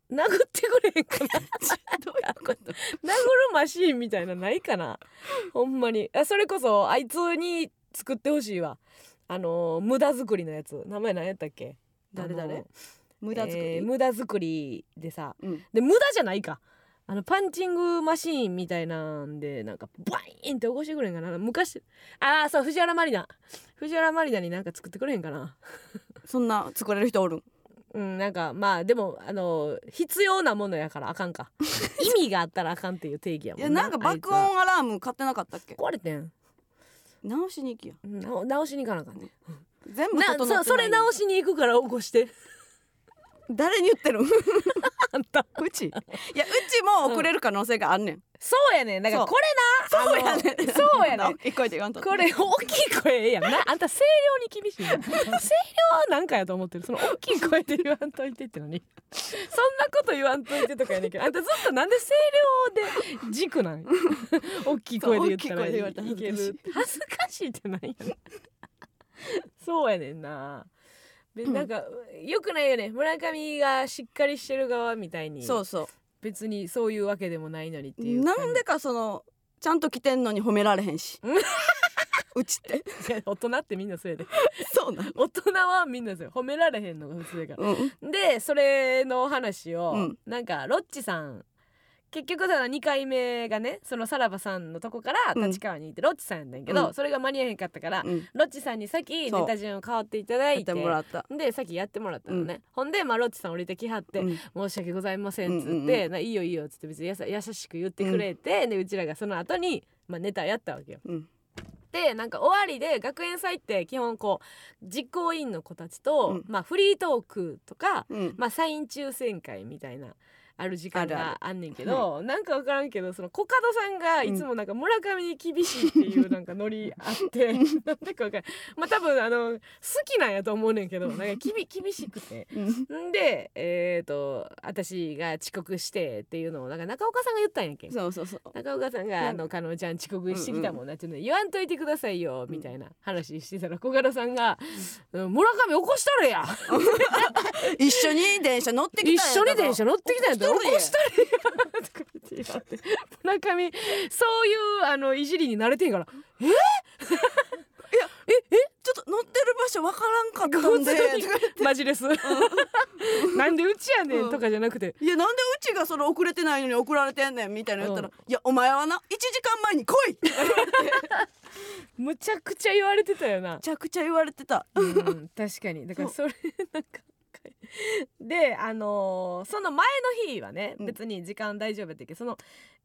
殴ってくれへんかなどういうこと？ 殴るマシーンみたいなないかなほんまに。それこそあいつに作ってほしいわ。無駄作りのやつ、名前何やったっけ？ 誰無駄作り、 無駄作りでさ、 うん、 で無駄じゃないか、パンチングマシーンみたいなんでなんかバイーンって起こしてくれへんかな。昔そう藤原マリナになんか作ってくれへんかなそんな作れる人おるん？ なんかまあでも必要なものやからあかんか意味があったらあかんっていう定義やもんな。 いやなんか爆音アラーム買ってなかったっけ？ 壊れてん。 直しに行きや。 直しに行かなあかんね。 全部整ってない。 それ直しに行くから起こして誰に言ってるんあんたうち。いやうちも遅れる可能性があんねん。 そうやねん。だからこれな、 そうやねん。 そうやねん。 大きい声で言わんと。 これ大きい声ええやんな。あんた声量に厳しいな。声量はなんかやと思ってる。その大きい声で言わんといてってのにそんなこと言わんといてとかやねんけど、あんたずっとなんで声量で軸なん大きい声で言ったらいける。恥ずかしいってなんやねんそうやねんな。なんかよくないよね、村上がしっかりしてる側みたいに。 そうそう、 別にそういうわけでもないのにっていう。 なんでかちゃんと着てんのに褒められへんしうちっていや大人ってみんなそうやでそうな大人はみんなそうや、褒められへんのが普通やから、でそれの話を、なんかロッチさん結局2回目がね、そのさらばさんのとこから立川に行ってロッチさんやんだけど、それが間に合えへんかったから、ロッチさんに先ネタ順を変わっていただいてで先やってもらったのね、ほんでロッチさん降りてきはって、申し訳ございませんっつって、いいよいいよっつって別に優しく言ってくれて、でうちらがその後にネタやったわけよ、でなんか終わりで学園祭って基本こう実行委員の子たちと、フリートークとか、サイン抽選会みたいなある時間があんねんけど、なんか分からんけどそのコカドさんがいつもなんか村上に厳しいっていうなんかノリあってなんでか分からん、多分好きなんやと思うねんけど、なんか厳しくてで私が遅刻してっていうのをなんか中岡さんが言ったんやんけ。 そう中岡さんがかのちゃん遅刻してきたもんなっていうの言わんといてくださいよみたいな話してたら、コカドさんが村上起こしたれや一緒に電車乗ってきたんや起こしたれやとか言って村上そういういじりに慣れてんからいやちょっと乗ってる場所わからんかったんでマジです、なんでうちやねんとかじゃなくて、 いやなんでうちが遅れてないのに送られてんねんみたいな言ったら、いやお前はな1時間前に来いってむちゃくちゃ言われてたよな。 むちゃくちゃ言われてた、 確かに。だからそれなんかでその前の日はね、別に時間大丈夫だったけど、その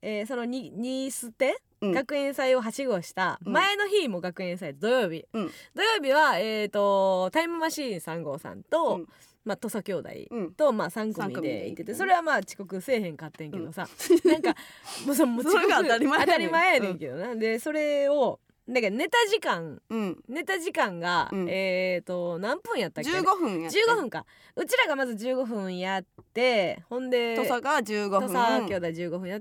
2捨て、学園祭をはしごした前の日も学園祭、土曜日はタイムマシーン3号さんと、土佐兄弟と、3組で行ってて、それは遅刻せえへんかってんけどさ、なんかもうそれが当たり前やねんけどな、でそれをだからネタ時間が、何分やったっけ ？15分やって 15分か。うちらがまず15分やって、ほんで土佐が15分、 土佐兄弟15分やって、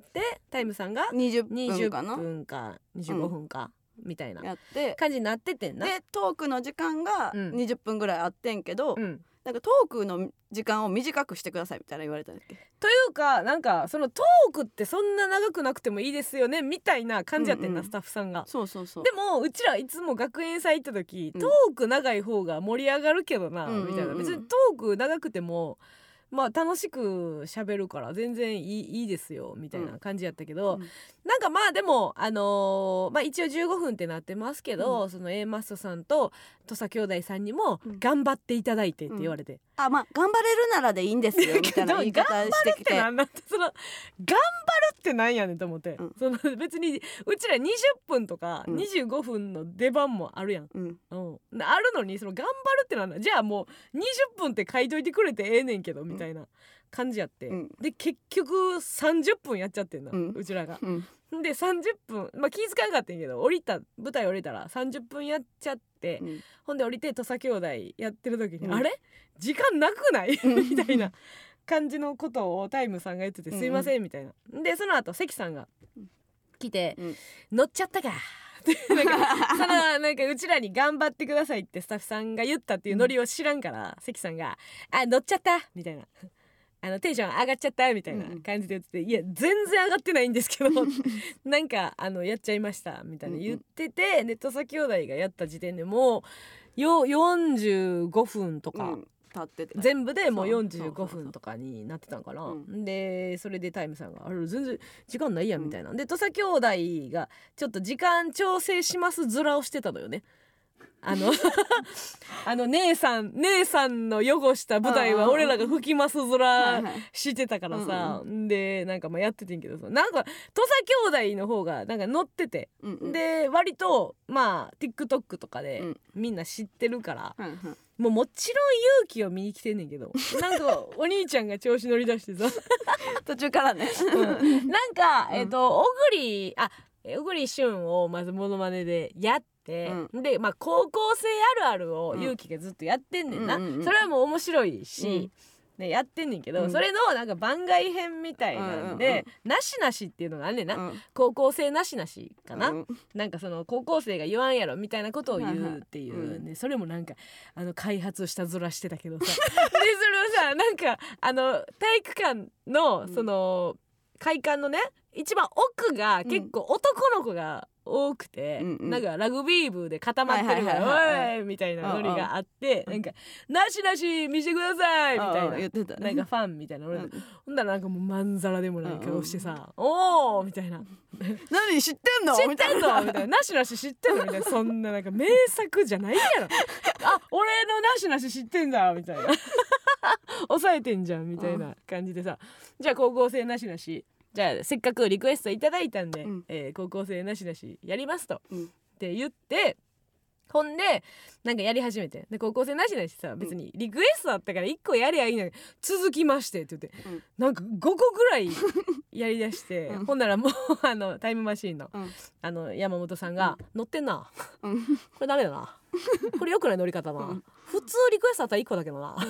タイムさんが 20分かな、 20分か25分か、みたいなやって感じになっててんな。 でトークの時間が20分ぐらいあってんけど、なんかトークの時間を短くしてくださいみたいな言われたんだっけ。 というかなんかそのトークってそんな長くなくてもいいですよねみたいな感じやってんな、スタッフさんが。 そうでもうちらいつも学園祭行った時、トーク長い方が盛り上がるけどな、みたいな。別にトーク長くても楽しく喋るから全然いいですよみたいな感じやったけど、なんかでも一応15分ってなってますけど、その A マストさんと土佐兄弟さんにも頑張っていただいてって言われて、 頑張れるならでいいんですよみたいな言い方してきて頑張るってなんやねんと思って、その別にうちら20分とか25分の出番もあるやん、あるのにその頑張るってなんだ、じゃあもう20分って書いといてくれてええねんけどみたいな感じやって、で結局30分やっちゃってんな、うちらが、で30分気づかんかったんやけど、舞台降りたら30分やっちゃって、ほんで降りて土佐兄弟やってる時に、あれ時間なくないみたいな感じのことをタイムさんが言ってて、すいませんみたいな。でその後関さんが来て、乗っちゃったかなんかうちらに頑張ってくださいってスタッフさんが言ったっていうノリを知らんから、関さんが乗っちゃったみたいなテンション上がっちゃったみたいな感じで言ってて、いや全然上がってないんですけどなんかやっちゃいましたみたいな言ってて、で土佐兄弟がやった時点でもう45分とか、 経ってて全部でもう45分とかになってたのかな。でそれでタイムさんが全然時間ないやみたいな、で土佐兄弟がちょっと時間調整しますずらをしてたのよね。姉さんの汚した舞台は俺らが吹きますずらしてたからさ、でなんかまあやっててんけどさ、なんか土佐兄弟の方がなんか乗ってて、で割とまあ TikTok とかでみんな知ってるから、もちろん勇気を見に来てんねんけど、なんかお兄ちゃんが調子乗り出してさ途中からね、 なんか小栗旬をまずモノマネでやって、でまあ高校生あるあるを勇気がずっとやってんねんな、それはもう面白いし、ね、やってんねんけど、それのなんか番外編みたいなんで、なしなしっていうのがあんねんな、高校生なしなしかな、なんかその高校生が言わんやろみたいなことを言うっていう、ね、それもなんか開発したずらしてたけどさでそれをさなんか体育館のその会館のね一番奥が結構男の子が多くて、なんかラグビー部で固まってるから「おい!」みたいなノリがあって、なんか「なしなし見してください!」みたいな、 言ってたなんかファンみたいな、ほんだらなんかもうまんざらでもない顔してさ「おー!」みたいな 「何知ってんの?」 知ってんのみたいな「なしなし知ってんの?」みたいな、そんななんか名作じゃないやろあ、俺のなしなし知ってんだみたいな抑えてんじゃんみたいな感じでさ、じゃあ高校生なしなし、じゃあせっかくリクエストいただいたんで、高校生なしなしやりますと、って言って、ほんでなんかやり始めて、で高校生なしなしさ別にリクエストあったから1個やりゃいいのに続きましてって言って、なんか5個ぐらいやりだして、ほんならもうタイムマシーンの、山本さんが乗ってんな、これダメだなこれ良くない乗り方な、普通リクエストあったら1個だけどな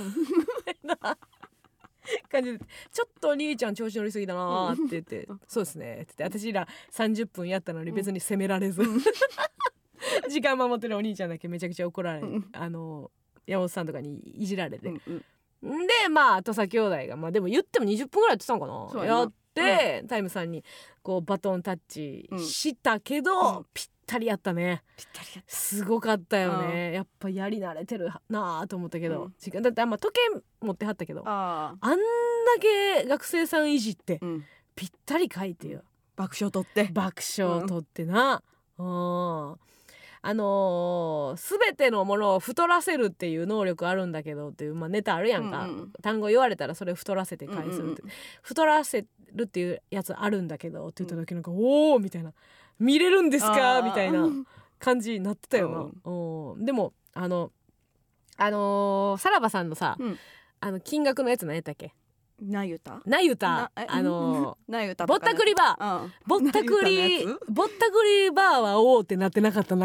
感じで、ちょっとお兄ちゃん調子乗りすぎだなって言ってそうですねって言って、私ら30分やったのに別に責められず、時間守ってるお兄ちゃんだけめちゃくちゃ怒られ、山本さんとかにいじられて、でまあ土佐兄弟がまあでも言っても20分ぐらいやってたのかな、やって、タイムさんにこうバトンタッチしたけど、ぴったりやったね。 ぴったりやった、 すごかったよね、やっぱやり慣れてるなと思ったけど、時間だって時計持ってはったけど、あんだけ学生さんいじって、ぴったり書いてよ、 爆笑取ってな、全てのものを太らせるっていう能力あるんだけどっていう、ネタあるやんか、単語言われたらそれ太らせて返すって、太らせるっていうやつあるんだけどって言った時なんか、おーみたいな、見れるんですかみたいな感じになってたよな、でもさらばさんのさ、金額のやつ何やったっけ、 なゆたなゆたぼったくりバー、ぼったくりバーはおーってなってなかったな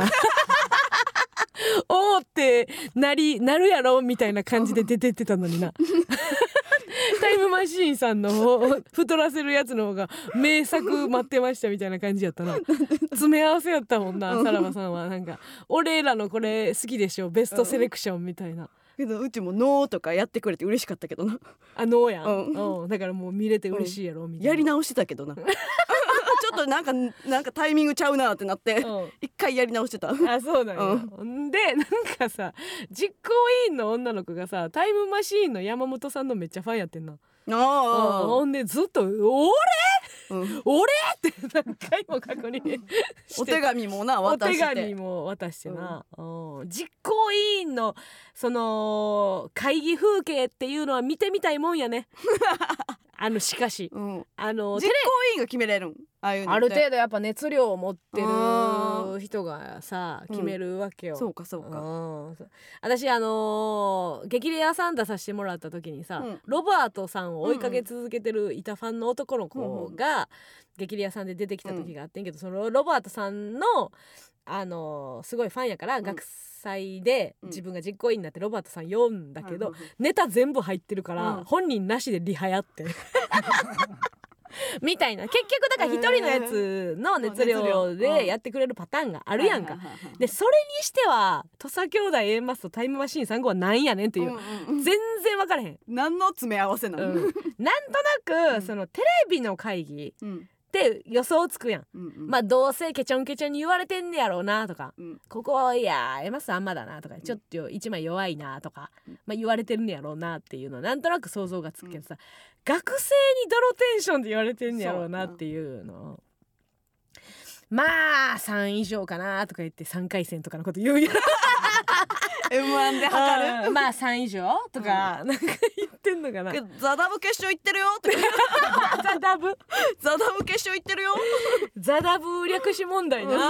おーってなるやろみたいな感じで出てってたのになタイムマシーンさんの太らせるやつの方が名作待ってましたみたいな感じやったな詰め合わせやったもんな、さらばさんは。なんか俺らのこれ好きでしょベストセレクションみたいな、 けどうちもノーとかやってくれて嬉しかったけどな。 ノーやん、だからもう見れて嬉しいやろみたいな、 やり直してたけどなちょっとなんかタイミングちゃうなってなって一回やり直してた。 あ、そうなんや、でなんかさ実行委員の女の子がさタイムマシーンの山本さんのめっちゃファンやってんな。ほんでずっと俺って何回も確認してお手紙もな渡して、 お手紙も渡してな、実行委員のその会議風景っていうのは見てみたいもんやねしかし、実行委員が決めれるん、ある程度やっぱ熱量を持ってる人がさ決めるわけよ、 そうかそうか。 私激レアさん出させてもらった時にさ、ロバートさんを追いかけ続けてるいたファンの男の子が激レアさんで出てきた時があってんけど、そのロバートさんのすごいファンやから、学祭で自分が実行委員になってロバートさん読んだけど、ネタ全部入ってるから、本人なしでリハやってみたいな、結局だから一人のやつの熱量でやってくれるパターンがあるやんか。でそれにしては土佐兄弟 A マスとタイムマシーン3号はなんやねんっていう、全然分からへん。 何の詰め合わせなの、 なんとなくそのテレビの会議で予想つくやん、まあどうせケチョンケチョンに言われてんねやろうなとか、ここいやエマスあんまだなとか、ちょっと一枚弱いなとか、まあ言われてるんねやろうなっていうのなんとなく想像がつくけどさ、学生にドロテンションで言われてんねやろうなっていうの、まあ3以上かなとか言って3回戦とかのこと言うやん M1 で測る、 まあ3以上とか、なんか言ってんのかな。 ザダブ決勝行ってるよとかザダブ決勝行ってるよザダブ略し問題な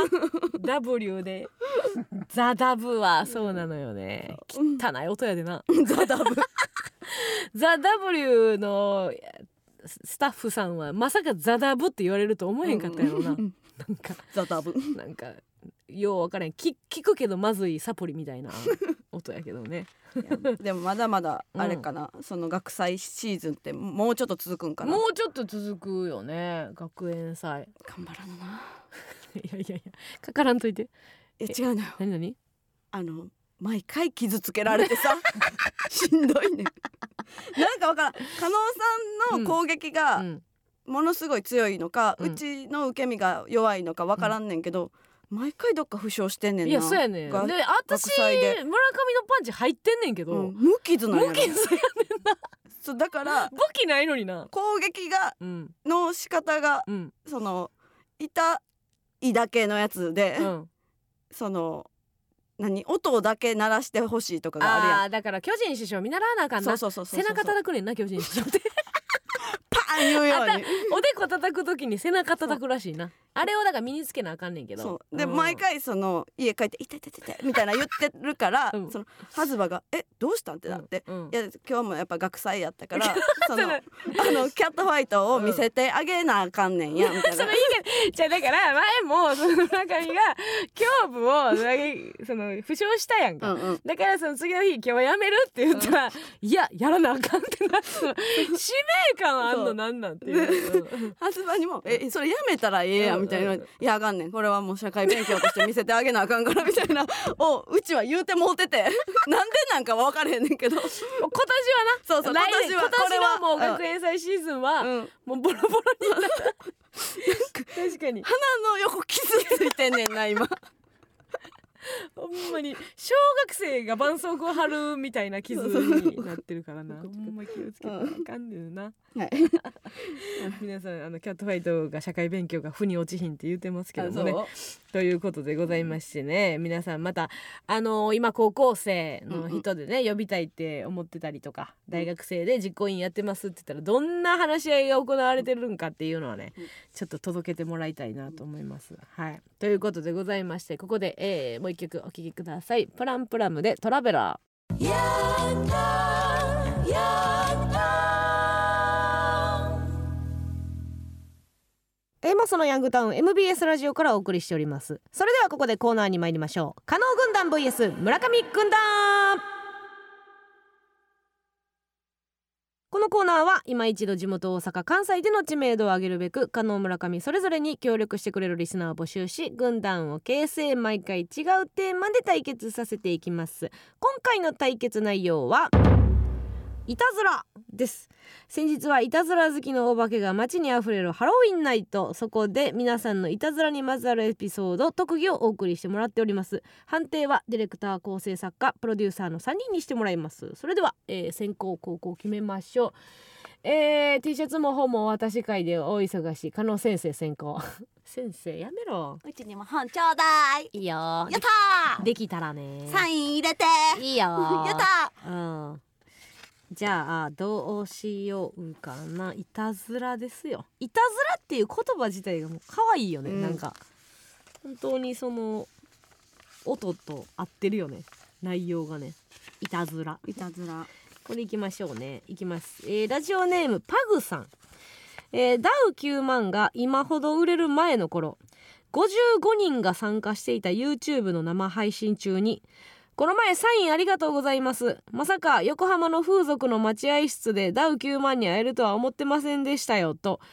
W でザダブはそうなのよね、汚い音やでなザダブザ W のスタッフさんはまさかザダブって言われると思えへんかったやろな、なんかザダブなんかよう分からん、聞くけどまずいサプリみたいな音やけどねでもまだまだあれかな、その学祭シーズンってもうちょっと続くんかな。 もうちょっと続くよね、学園祭。 頑張らんないやかからんといて。 違うのよ、 何毎回傷つけられてさしんどいねなんかわからん、加納さんの攻撃がものすごい強いのか、うちの受け身が弱いのかわからんねんけど、毎回どっか負傷してんねんな。 いやそうやねん。で私村上のパンチ入ってんねんけど、 無傷なんやろ。 無傷やねんな。 そうだから武器ないのにな。 攻撃が、の仕方が、その痛いだけのやつで、その音だけ鳴らしてほしいとかがあるやん。 だから巨人師匠見習わなあかんな。背中叩くねんな巨人師匠ってパーン言うようにおでこ叩くときに背中叩くらしいな。あれをだから身につけなあかんねんけど、 そうで、毎回その家帰って「痛い痛い痛い」みたいな言ってるから、そのハズバが「どうしたん?」ってなって、いや今日もやっぱ学祭やったからそのキャットファイトを見せてあげなあかんねんやみたいな。 そのいいじゃだから前もその村上が胸部をその負傷したやんか、だからその次の日今日やめるって言ったら、いややらなあかんってなって使命感あんのなんなんっていうハズバにも「それやめたらええやん」みたいな「いやあかんねん、これはもう社会勉強として見せてあげなあかんから」みたいなをうちは言うてもうててなんでなんか分からへんねんけど、今年はな、 そう今年はこれはもう学園祭シーズンはもうボロボロになった確かに鼻の横傷ついてんねんな今ほんまに小学生が絆創膏貼るみたいな傷になってるからなほんま気をつけてあかんねんな、皆さんキャットファイトが社会勉強が負に落ちひんって言ってますけどもね、ということでございましてね、皆さんまた今高校生の人でね、呼びたいって思ってたりとか、大学生で実行委員やってますって言ったらどんな話し合いが行われてるんかっていうのはね、ちょっと届けてもらいたいなと思います。はい、ということでございまして、ここで、もう一曲お聴きください。プランプラムでトラベラー。やったやったマスのヤングタウン MBS ラジオからお送りしております。それではここでコーナーに参りましょう。加納軍団 vs 村上軍団。このコーナーは今一度地元大阪関西での知名度を上げるべく加納村上それぞれに協力してくれるリスナーを募集し、軍団を形成、毎回違うテーマで対決させていきます。今回の対決内容はいたずらです。先日はいたずら好きのお化けが街にあふれるハロウィンナイト、そこで皆さんのいたずらにまつわるエピソード、特技をお送りしてもらっております。判定はディレクター、構成作家、プロデューサーの3人にしてもらいます。それでは、先攻後攻決めましょう。T シャツも本も私会で大忙しい加納先生先行先生やめろ、 うちにも本ちょうだい。 いいよ、 やったー、 できたらねサイン入れていいよやったー、じゃあどうしようかな。いたずらですよ。いたずらっていう言葉自体がもう可愛いよね、なんか本当にその音と合ってるよね、内容がね。いたずら、 いたずら、 これいきましょうね。いきます、ラジオネームパグさん、ダウ9万が今ほど売れる前の頃、55人が参加していた YouTube の生配信中に、この前サインありがとうございます、まさか横浜の風俗の待合室でダウ9万に会えるとは思ってませんでしたよと、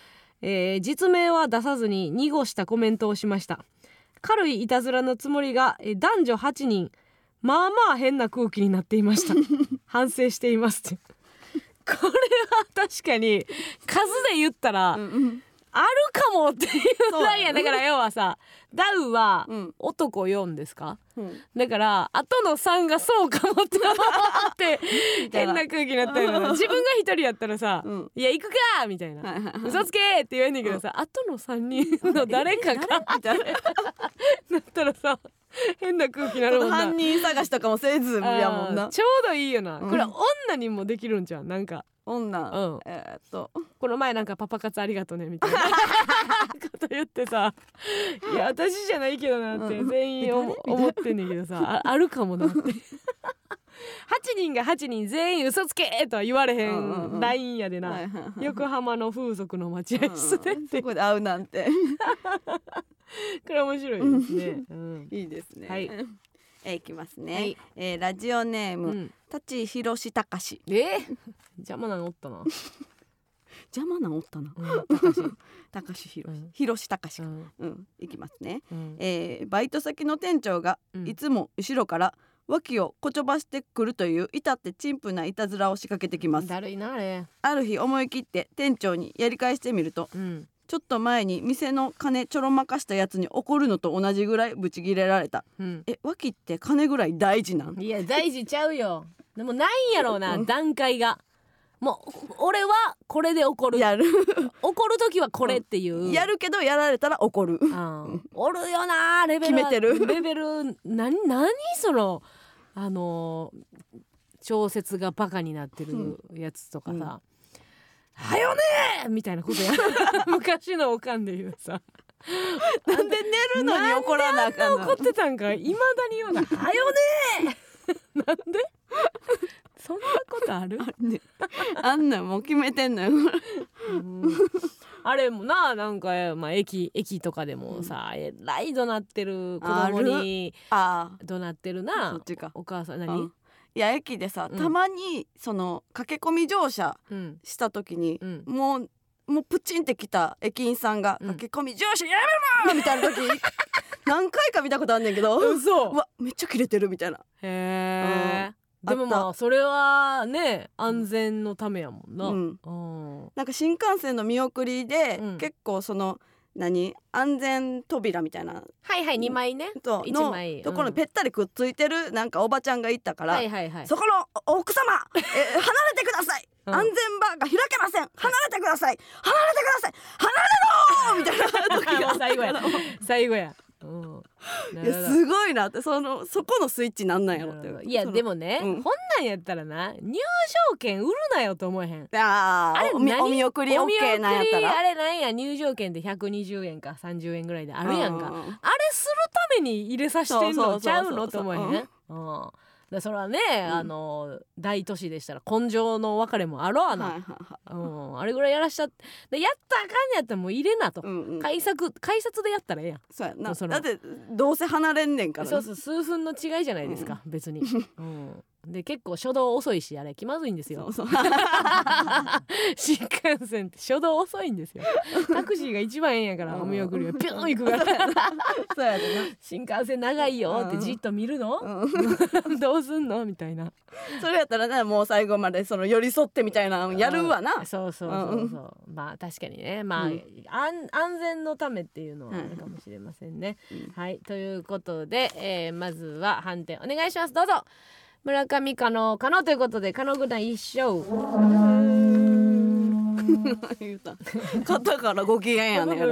実名は出さずに濁したコメントをしました。軽いいたずらのつもりが、男女8人まあまあ変な空気になっていました反省していますってこれは確かに数で言ったら、あるかもっていうぐらいや。だから要はさ、ダウは男4ですか、だから後の3がそうかもって思って変な空気になったよ。自分が1人やったらさ、いや行くかみたいな、嘘つけって言えんねんけどさ、後の3人の誰かかみたいななったらさ、変な空気になるもんな。 犯人探しとかもせずやもんな。 ちょうどいいよな、これ女にもできるんじゃん。なんか女、 この前なんかパパ活ありがとねみたいなこと言ってさ、いや私じゃないけどなって全員思ってんねんけどさ、あるかもなって8人が8人全員嘘つけとは言われへんラインやでな、横浜の風俗の待合室でってそこで会うなんてこれ面白いですね、 いいですね。 はい、 いきますね、ラジオネーム、舘ひろしたかし。 邪魔なのおったな邪魔なのおったな、たかしひろしたかし、いきますね、バイト先の店長がいつも後ろから脇をこちょばしてくるという至って陳腐ないたずらを仕掛けてきます。 だるいなあれ。 ある日思い切って店長にやり返してみると、ちょっと前に店の金ちょろまかしたやつに怒るのと同じぐらいブチギレられた、脇って金ぐらい大事なん？ いや大事ちゃうよ。でもないんやろうな、段階が。もう俺はこれで怒る、怒る時はこれっていう、 やるけどやられたら怒る、 おるよなレベル決めてるレベル何その調節がバカになってるやつとかさ、はよねーみたいなことや昔のおかんで言うさなんで寝るのに怒らなあかんの。 なんで怒ってたんかいまだに言うなはよねーなんでそんなことあるあんなんもう決めてんのよあれもな、なんか、駅とかでもさ、ライドなってる子供に怒鳴ってるな。 そっちか。 お母さん何？ いや駅でさ、たまにその駆け込み乗車した時に、もうプチンってきた駅員さんが、駆け込み乗車やめろみたいな時何回か見たことあんねんけどうわめっちゃキレてるみたいな。 へー、でもまあそれはね安全のためやもんな、 なんか新幹線の見送りで、結構その安全扉みたいな 2枚ね1枚ところにぺったりくっついてるなんかおばちゃんがいたから、そこの奥様離れてください安全バーが開けません離れてください離れてください離れろみたいな時が最後やいやすごいなってそこのスイッチなんなんやろって。 いやでもね、こんなんやったらな入場券売るなよと思えへん。 あれお見送り OK なんやったらあれなんや入場券で120円か30円ぐらいであるやんか、あれするために入れさしてんのちゃうのと思えへん。それはね、大都市でしたら根性の別れもあろうな、あれぐらいやらしちゃってやったらあかんやったらもう入れなと、改札でやったらええやん。 そうやな、だってどうせ離れんねんから、 そう数分の違いじゃないですか、別に、で結構初動遅いしあれ気まずいんですよ。新幹線って初動遅いんですよ。タクシーが一番ええんやからお見送りはピュン行くからそうやでな新幹線長いよってじっと見るの、どうすんのみたいな。 それやったらねもう最後までその寄り添ってみたいなのやるわな。 そうまあ確かにね、まあ、安全のためっていうのはあるかもしれませんね。はいということで、まずは判定お願いします。どうぞ。村上加納ということで加納軍団一勝言うた肩からご機嫌やね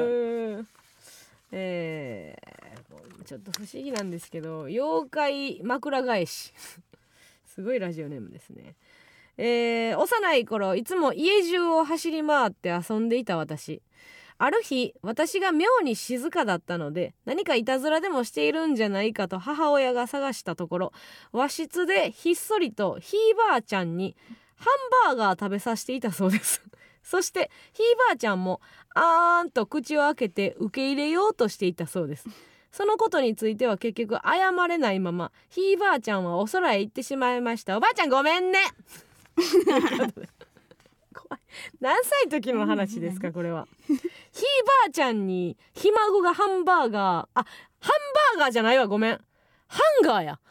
ちょっと不思議なんですけど妖怪枕返しすごいラジオネームですね。幼い頃いつも家中を走り回って遊んでいた私。ある日私が妙に静かだったので何かいたずらでもしているんじゃないかと母親が探したところ和室でひっそりとひいばあちゃんにハンバーガー食べさせていたそうですそしてひいばあちゃんもあーんと口を開けて受け入れようとしていたそうです。そのことについては結局謝れないままひいばあちゃんはお空へ行ってしまいました。おばあちゃんごめんね怖い。何歳時の話ですかこれは。 ばあちゃんにひ孫がハンバーガー、ハンバーガーじゃないわ、ごめん、ハンガーや。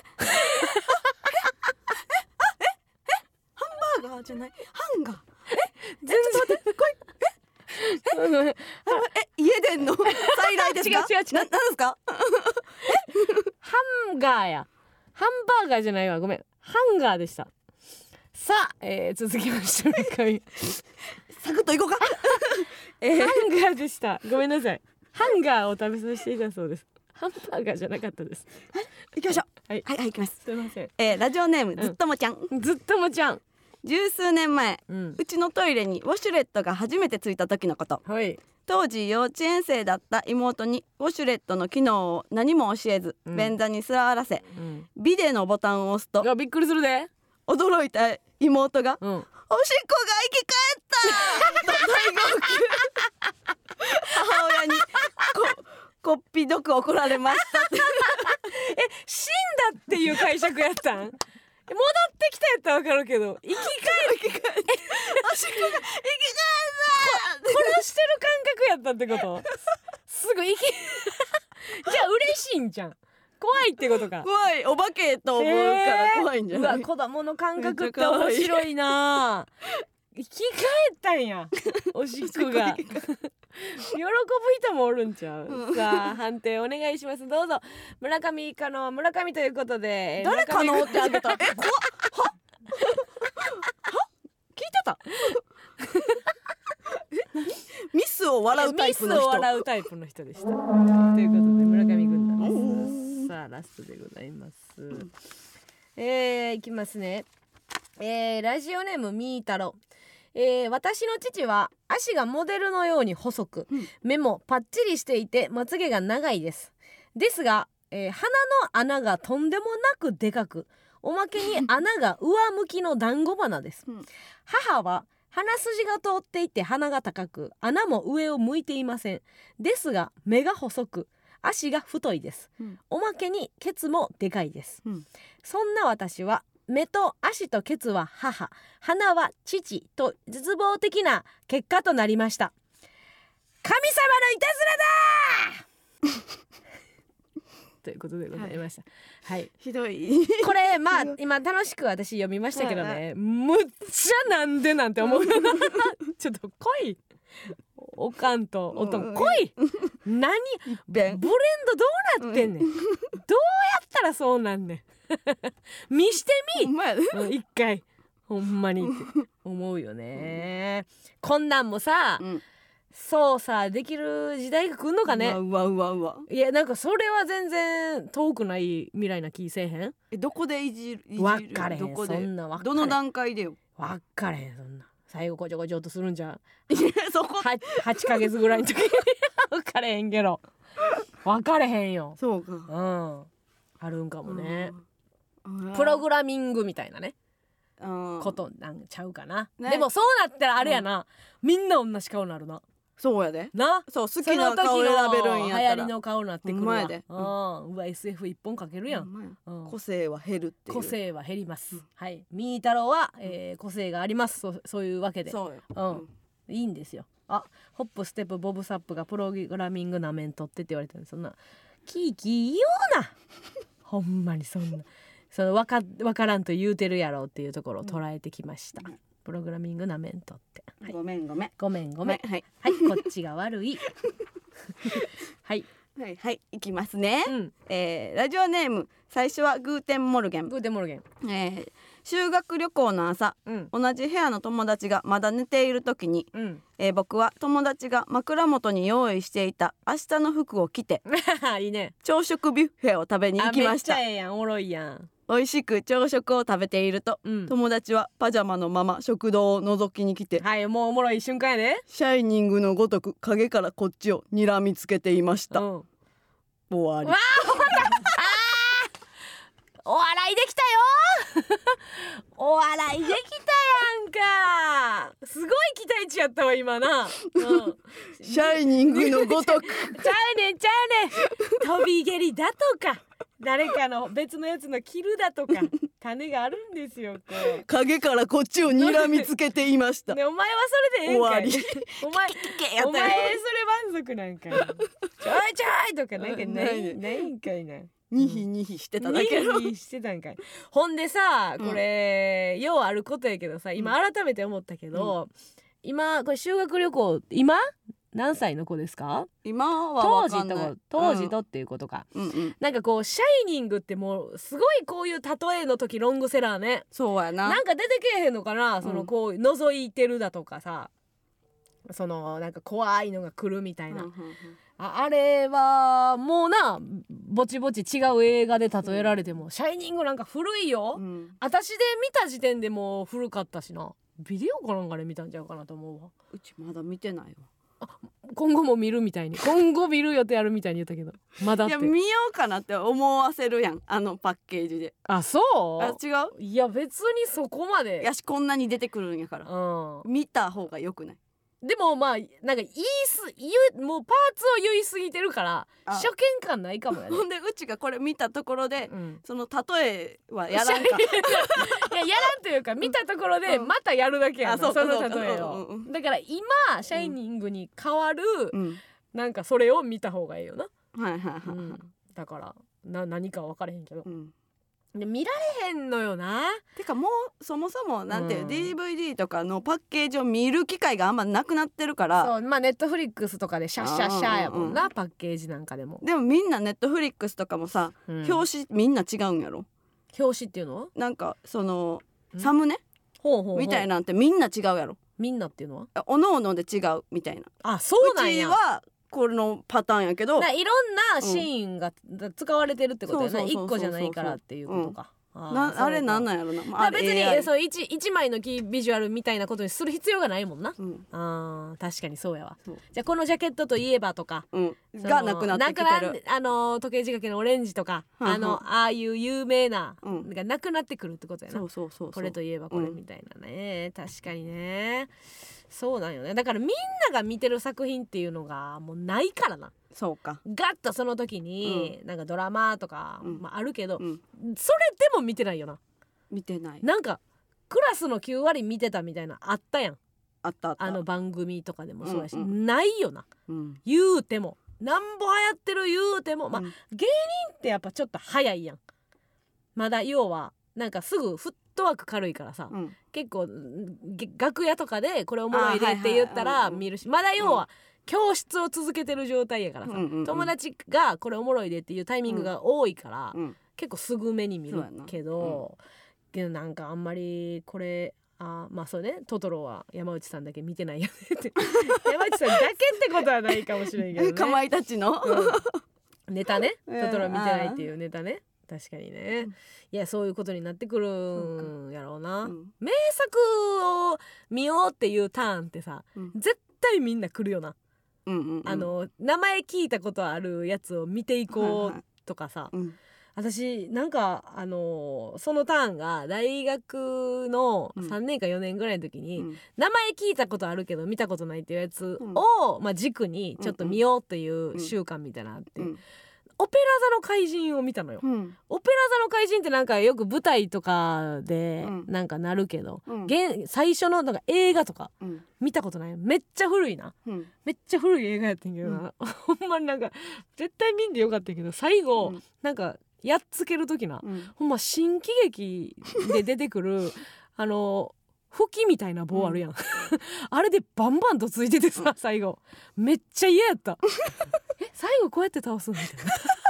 ハンバーガーじゃない、ハンガー。 全然待って、これ家電の再来ですか？ 違うなんですか？ ハンガーや、ハンバーガーじゃないわ、ごめん、ハンガーでした。さあ、続きましてサクッといこうか。 ハンガーでした、ごめんなさい。ハンガーを食べさせていたそうです。ハンバーガーじゃなかったです。 行きましょう。 はい行きます。 すいません。 ラジオネームずっともちゃん。 ずっともちゃん。 十数年前、うちのトイレにウォシュレットが初めてついた時のこと。 はい。 当時幼稚園生だった妹にウォシュレットの機能を何も教えず、便座に座らせ、ビデのボタンを押すと、 びっくりするで。 驚いた妹が、おしっこが生き返ったと大号泣。母親にこっぴどく怒られました。 死んだっていう解釈やったん？戻ってきたやったらわかるけど、生き返る、おしっこが生き返った殺してる感覚やったってこと？すぐじゃあ嬉しいんじゃん。怖いってことか。 怖い、お化けと思うから怖いんじゃない？ 子供の感覚って面白いな。生き返ったんや、おしっこが。喜ぶ人もおるんちゃう？さあ判定お願いします。どうぞ。村上かの村上ということで、 誰かのってあげた。怖っ。は聞いてた？ミスを笑うタイプの人。 ミスを笑うタイプの人でした。ということで村上軍団です。さあラストでございます。いきますね。ラジオネームみーたろ。私の父は足がモデルのように細く、目もパッチリしていてまつげが長いです。ですが、鼻の穴がとんでもなくでかく、おまけに穴が上向きの団子鼻です。母は鼻筋が通っていて鼻が高く、穴も上を向いていません。ですが目が細く、足が太いです。おまけにケツもでかいです。そんな私は目と足とケツは母、鼻は父と絶望的な結果となりました。神様のいたずらだということでございました。はい、 ひどい。 これ今楽しく私読みましたけどね、むっちゃなんでなんて思う。ちょっと来い、おかんとおとん、来い。何ブレンドどうなってんねん。どうやったらそうなんねん。見してみ、一回ほんまにって思うよね。こんなんもさ、操作できる時代が来んのかね。 うわいや、なんかそれは全然遠くない未来な気せえへん？ どこでいじる？ 分かれへん。そんな分かれへん。 どの段階でよ。 分かれへん。そんな最後こちょこちょっとするんじゃそこ 8ヶ月ぐらいの時に分かれへんけど、分かれへんよ。 そうか、 あるんかもね。プログラミングみたいなね、ことなんちゃうかな、ね。でもそうなったらあれやな、みんな同じ顔になるな。 そうやでな。 そう、好きな顔選べるんやったら流行りの顔になってくるわ。うわ SF 一本かけるやん。 個性は減るっていう。 個性は減ります。はい。みーたろうは、個性があります。そういうわけで。 そうよ。 いいんですよ。ホップステップボブサップがプログラミングなめんとってって言われてるんで、そんなキーキー言うな。ほんまにそんな。そのわからんと言うてるやろうっていうところを捉えてきました。プログラミングなめんとって、 はい、ごめん、はい、 はい、こっちが悪い。はいいきますね。ラジオネーム最初はグーテンモルゲン。修学旅行の朝、同じ部屋の友達がまだ寝ている時に、僕は友達が枕元に用意していた明日の服を着ていいね、 朝食ビュッフェを食べに行きました。 めっちゃええやん、おもろいやん。 美味しく朝食を食べていると、友達はパジャマのまま食堂を覗きに来て、 はい、もうおもろい瞬間やね。 シャイニングのごとく影からこっちを睨みつけていました。終わり。 わお笑いできたよ。お笑いできたやんか。すごい期待値やったわ今な。 シャイニングのごとく。 ちゃうねん飛び蹴りだとか誰かの別のやつの切るだとか種があるんですよ。こう影からこっちを睨みつけていましたね、お前はそれでええんかい。お前それ満足なんかい。ちょいちょいとかなんかないんかいな。 ニヒニヒしてただけの、 ニヒニヒしてたんかい。ほんでさ、これ、ようあることやけどさ、今改めて思ったけど、今これ修学旅行今何歳の子ですか？ 今は分かんない。 当時とっていうことか、なんかこうシャイニングってもうすごいこういう例えの時ロングセラーね。 そうやな。 なんか出てけえへんのかな、そのこう覗いてるだとかさ、そのなんか怖いのが来るみたいな、あれはもうなぼちぼち違う映画で例えられても、シャイニングなんか古いよ、私で見た時点でもう古かったしな。ビデオかなんかで見たんちゃうかなと思うわ。 うちまだ見てないわ。 今後も見るみたいに今後見る予定あるみたいに言ったけどまだって。 いや見ようかなって思わせるやん、あのパッケージで。 あ、そう？ あ、違う？ いや別にそこまでやし、こんなに出てくるんやから、見た方がよくない？ でもまあなんかもうパーツを言いすぎてるから初見感ないかもやね。 ほんでうちがこれ見たところで、その例えはやらんかいややらんというか見たところでまたやるだけやな、その例えを。だから今シャイニングに変わる、なんかそれを見た方がいいよな。だから何か分からへんけど、で見られへんのよな。 てかもうそもそもなんていう、DVD とかのパッケージを見る機会があんまなくなってるから。 そう、まあネットフリックスとかでシャッシャッシャーやもんな、パッケージなんかでも。 でもみんなネットフリックスとかもさ、表紙みんな違うんやろ。 表紙っていうのはなんかそのサムネみたいなんてみんな違うやろ。 みんなっていうのはおのおので違うみたいな。 あ、そうなんや。 うちはこのパターンやけど、 いろんなシーンが使われてるってことやな。1個じゃないからっていうことか。 あれなんなんやろな。 別にそう1枚のキービジュアルみたいなことにする必要がないもんな。確かにそうやわ。じゃあこのジャケットといえばとかがなくなってきてる。 時計仕掛けのオレンジとかああいう有名ながなくなってくるってことやな。これといえばこれみたいなね。確かにね、そうなんよね。だからみんなが見てる作品っていうのがもうないからな。 そうか。 ガッとその時になんかドラマとかあるけど、それでも見てないよな。 見てない。 なんかクラスの9割見てたみたいなあったやん。 あった。 あの番組とかでもそうやし、ないよな、言うてもなんぼ流行ってる言うても、芸人ってやっぱちょっと早いやん。まだ要はなんかすぐフットワーク軽いからさ、結構楽屋とかでこれおもろいでって言ったら見るし、まだ要は教室を続けてる状態やからさ、友達がこれおもろいでっていうタイミングが多いから、結構すぐ目に見るけど、なんかあんまりこれまあそうね、トトロは山内さんだけ見てないよねって山内さんだけってことはないかもしれんけどね。 かまいたちの、ネタね、トトロ見てないっていうネタね。確かにね、いやそういうことになってくるんやろうな。名作を見ようっていうターンってさ、絶対みんな来るよな。名前聞いたことあるやつを見ていこうとかさ、私なんかそのターンが大学の3年か4年ぐらいの時に、名前聞いたことあるけど見たことないっていうやつを、軸にちょっと見ようっていう習慣みたいなのあって、オペラ座の怪人を見たのよ、オペラ座の怪人ってなんかよく舞台とかでなんかなるけど、最初のなんか映画とか見たことない。めっちゃ古いな、めっちゃ古い映画やってんけどな、ほんまになんか絶対見んでよかったけど、最後なんかやっつける時な、ほんま新喜劇で出てくる吹きみたいな棒あるやん、あれでバンバンとついててさ、最後めっちゃ嫌やった最後こうやって倒すんみたいな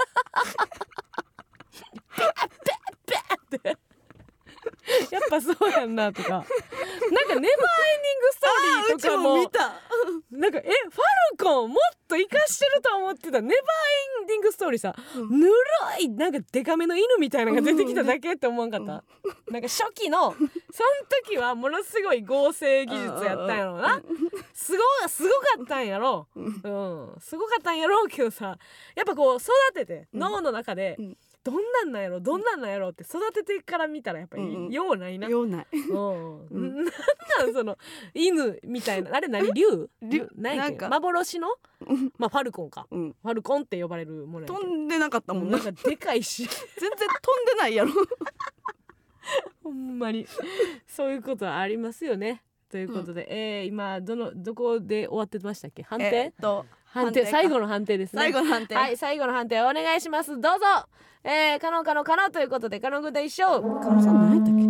ペッペッペッってやっぱそうやんなとか、なんかネバーエンディングストーリーとかも見たなんかファルコンもっと生かしてると思ってた。ネバーエンディングストーリーさ、ぬるいなんかデカめの犬みたいなのが出てきただけって思わんかった、なんか初期のその時はものすごい合成技術やったんやろうな、すごかったんやろ、すごかったんやろうけどさ、やっぱこう育てて脳の中でどんなんなんやろって育ててから見たらやっぱりようないな。 ようない。 なんなんその犬みたいなあれ何竜なんか幻のまあファルコンか、ファルコンって呼ばれるものやけど飛んでなかったもんね。 なんかでかいし全然飛んでないやろ。 ほんまにそういうことはありますよね。ということで、今どこで終わってましたっけ？判定最後の判定ですね。 最後の判定、 はい、最後の判定お願いします。どうぞ。可能ということで、可能軍団一勝。 加納さん何やったっ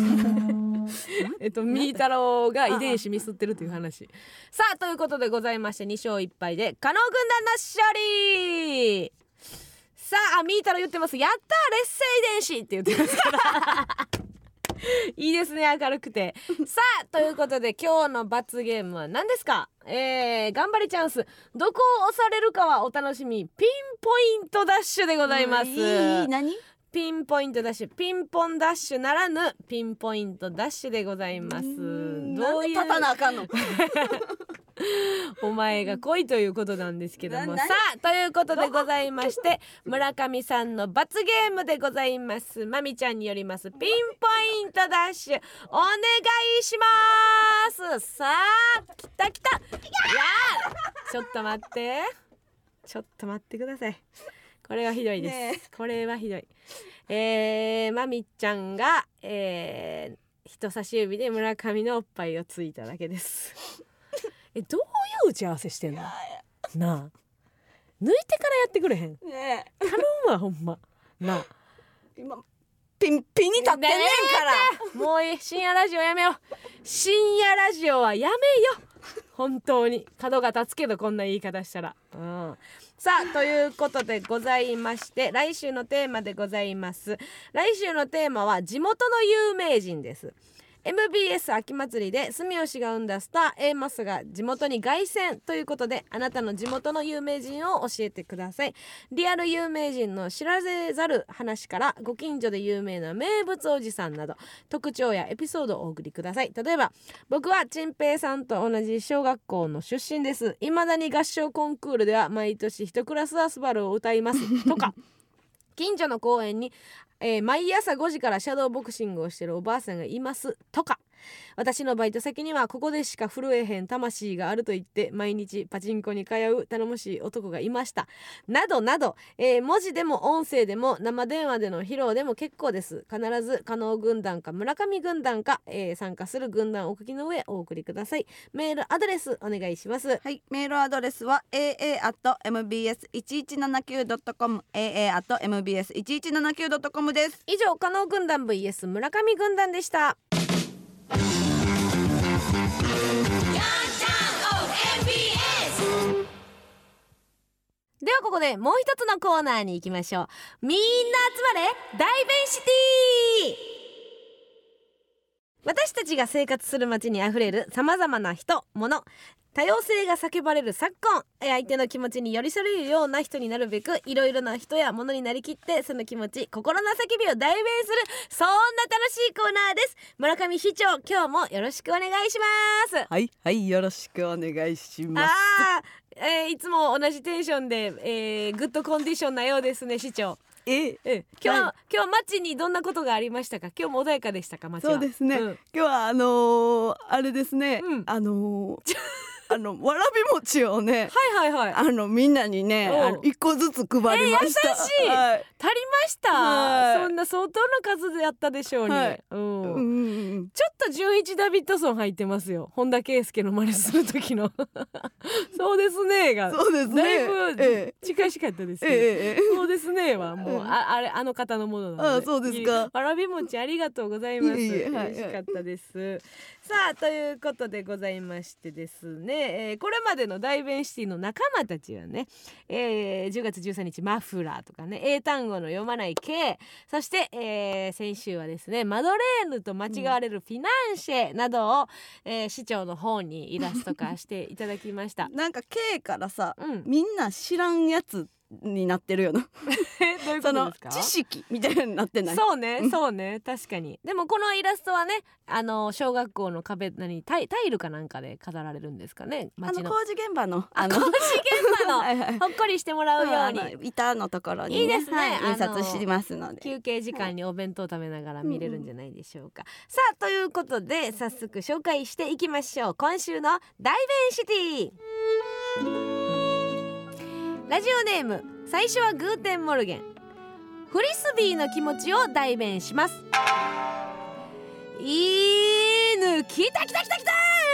けみー太郎が遺伝子ミスってるという話。さあということでございまして、2勝1敗で加納軍団の勝利。さあみー太郎言ってます。やったー劣勢遺伝子って言ってますからいいですね、明るくてさあということで今日の罰ゲームは何ですか？頑張りチャンス、どこを押されるかはお楽しみ、ピンポイントダッシュでございます。 何？ ピンポイントダッシュ、ピンポンダッシュならぬピンポイントダッシュでございます。 どういう立たなあかんのお前が来いということなんですけども、さあということでございまして村上さんの罰ゲームでございます。まみちゃんによりますピンポイントダッシュお願いします。さあ来たいやちょっと待ってください。これはひどいです、ね、これはひどい。まみちゃんが、人差し指で村上のおっぱいをついただけですどういう打ち合わせしてんのなあ、抜いてからやってくれへん、ね、頼むわほんまなあ。 今ピンピンに立ってんねんからもういい、深夜ラジオやめよう。深夜ラジオはやめよ本当に角が立つけどこんな言い方したら、さあということでございまして、来週のテーマでございます。来週のテーマは地元の有名人です。MBS 秋祭りで住吉が生んだスター A マスが地元に凱旋ということで、あなたの地元の有名人を教えてください。リアル有名人の知られざる話からご近所で有名な名物おじさんなど特徴やエピソードをお送りください。例えば、僕はチンペイさんと同じ小学校の出身です。未だに合唱コンクールでは毎年一クラスアスバルを歌いますとか近所の公園に毎朝5時からシャドーボクシングをしているおばあさんがいますとか、私のバイト先にはここでしか震えへん魂があると言って毎日パチンコに通う頼もしい男がいましたなどなど、文字でも音声でも生電話での披露でも結構です。必ず加納軍団か村上軍団か、参加する軍団をお書きの上お送りください。メールアドレスお願いします。 はい、メールアドレスは aa@mbs1179.com aa@mbs1179.com です。 以上、加納軍団 vs 村上軍団でした。ではここでもう一つのコーナーに行きましょう。みんな集まれ大弁シティ。私たちが生活する街にあふれるさまざまな人、物、多様性が叫ばれる昨今、相手の気持ちに寄り添えるような人になるべくいろいろな人や物になりきって、その気持ち、心の叫びを代弁する、そんな楽しいコーナーです。村上市長、今日もよろしくお願いします。 はいはい、よろしくお願いします。 いつも同じテンションで、グッドコンディションなようですね、市長。今日街にどんなことがありましたか？今日も穏やかでしたか？街は。 そうですね、今日はあれですね、わらび餅をね、みんなにね1個ずつ配りました。 優しい、足りました、そんな相当の数でやったでしょうに、ちょっと純一ダビッドソン入ってますよ、本田圭佑の真似する時のそうですねがそうですね、 だいぶ近しかったですけど、そうですねはもうあの方のものなので。 そうですか。 わらび餅ありがとうございます。嬉しかったです。さあということでございましてですね、これまでの大弁シティの仲間たちはね、10月13日マフラーとかね、英単語の読まない K、 そして、先週はですねマドレーヌと間違われるフィナンシェなどを、市長の方にイラスト化していただきましたなんか K からさ、みんな知らんやつになってるよなどういうことですか？ その知識みたいになってない？ そうねそうね確かに。でもこのイラストはね小学校の壁タイルかなんかで飾られるんですかね。 工事現場の工事現場のはいはい、 ほっこりしてもらうように板のところに、ね、 いいですね、 はい、印刷しますので休憩時間にお弁当食べながら見れるんじゃないでしょうか。さあということで早速紹介していきましょう。今週の大弁シティ。ラジオネーム最初はグーテンモルゲン。フリスビーの気持ちを代弁します。犬来た来た来た来た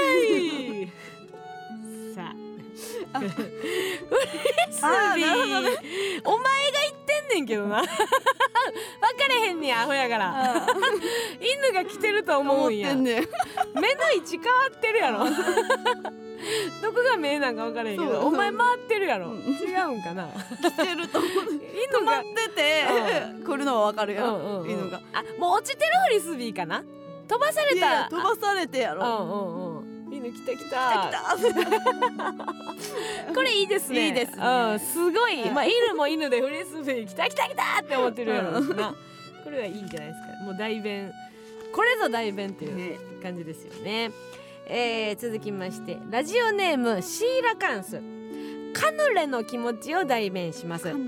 さあフリスビー、ね、お前が言ってんねんけどな分かれへんねやアホやから犬が来てると思うんや、ね、目の位置変わってるやろどこが目なんか分からへんけどお前回ってるやろ、違うんかな来てると思う犬が待ってて、来るのは分かるやろ、犬がもう落ちてるフリスビーかな。飛ばされた。 飛ばされてやろ。 犬来た来たこれいいですね。 いいですね。 すごい、犬も犬でフリスビー来た来た来たって思ってるやろな。これはいいんじゃないですか。もう大弁、これぞ大弁っていう感じですよね。続きましてラジオネームシーラカンス。カヌレの気持ちを代弁します。やめ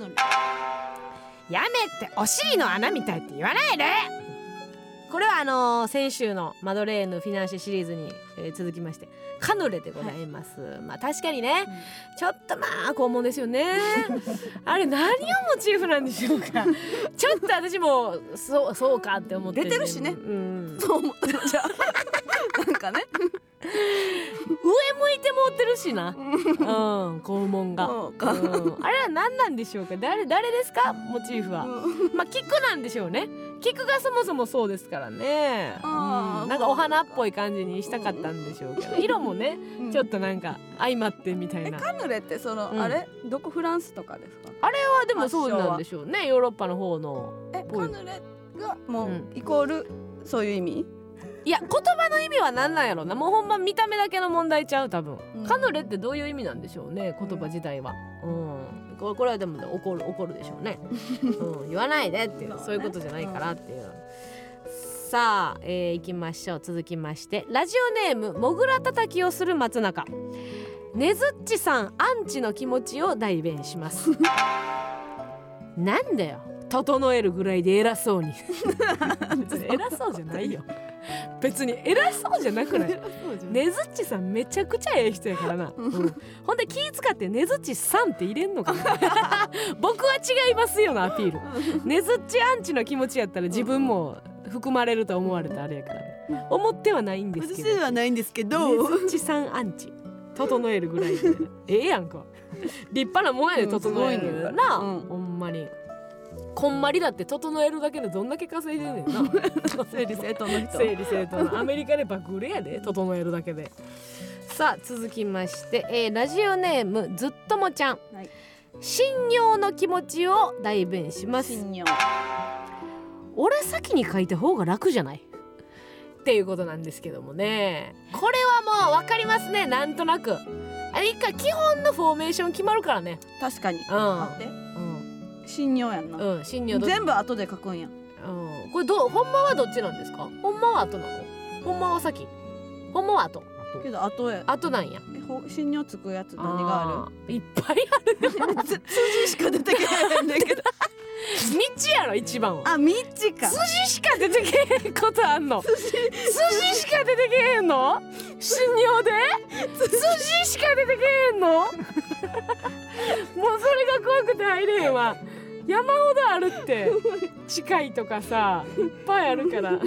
てお尻の穴みたいって言わないで。これは先週のマドレーヌフィナンシェシリーズに、続きましてカヌレでございます、はい、確かにね、ちょっと肛門ですよねあれ何をモチーフなんでしょうかちょっと私もそうかって思って、 出てるしね、そう思ったのじゃなんかね上向いてもってるしな肛門が、あれは何なんでしょうか。誰ですかモチーフは、菊なんでしょうね。菊がそもそもそうですからね、なんかお花っぽい感じにしたかったんでしょうけど、色もね、ちょっとなんか相まってみたいな。 カヌレってあれどこフランスとかですか？ あれはでもそうなんでしょうね、ヨーロッパの方の。 カヌレがもうイコールそういう意味？ いや言葉の意味は何なんやろな。もうほんま見た目だけの問題ちゃう多分、カヌレってどういう意味なんでしょうね、言葉自体は。これはでも怒るでしょうね、言わないでっていう、そういうことじゃないからっていう、さあ、行きましょう。続きましてラジオネームもぐらたたきをする松中。ねずっちさんアンチの気持ちを代弁しますなんだよ整えるぐらいで偉そうに別に偉そうじゃないよ、別に偉そうじゃなくないねずっちさんめちゃくちゃええ人やからな、ほんで気使ってねずっちさんって入れんのかな僕は違いますよなアピールねずっちアンチの気持ちやったら自分も含まれると思われたあれやから、ね、思ってはないんですけど、 私はないんですけど、 ねずっちさんアンチ整えるぐらいでええやんか立派なもんやで整えるな、ほんまにこんまりだって整えるだけでどんだけ稼いでんねんな整理整頓の人、 整理整頓のアメリカで爆売れやで整えるだけで。さあ続きまして、ラジオネームずっともちゃん、信用の気持ちを代弁します。 信用、 俺先に書いた方が楽じゃないっていうことなんですけどもね、これはもう分かりますね。なんとなくあれ一回基本のフォーメーション決まるからね。 確かに、待って、信用やんな、 信用全部後で書くんや、 これほんまはどっちなんですか？ほんまは後なの？ほんまは先？ほんまは後？ けど後なんや。 信用つくやつ何がある？ いっぱいある数字しか出てけへんねんけど道やろ一番は。 道か。 筋しか出てけへんことあんの？筋しか出てけへんの？信用で筋しか出てけへんの？もうそれが怖くて入れへんわ。山ほどあるって近いとかさいっぱいあるから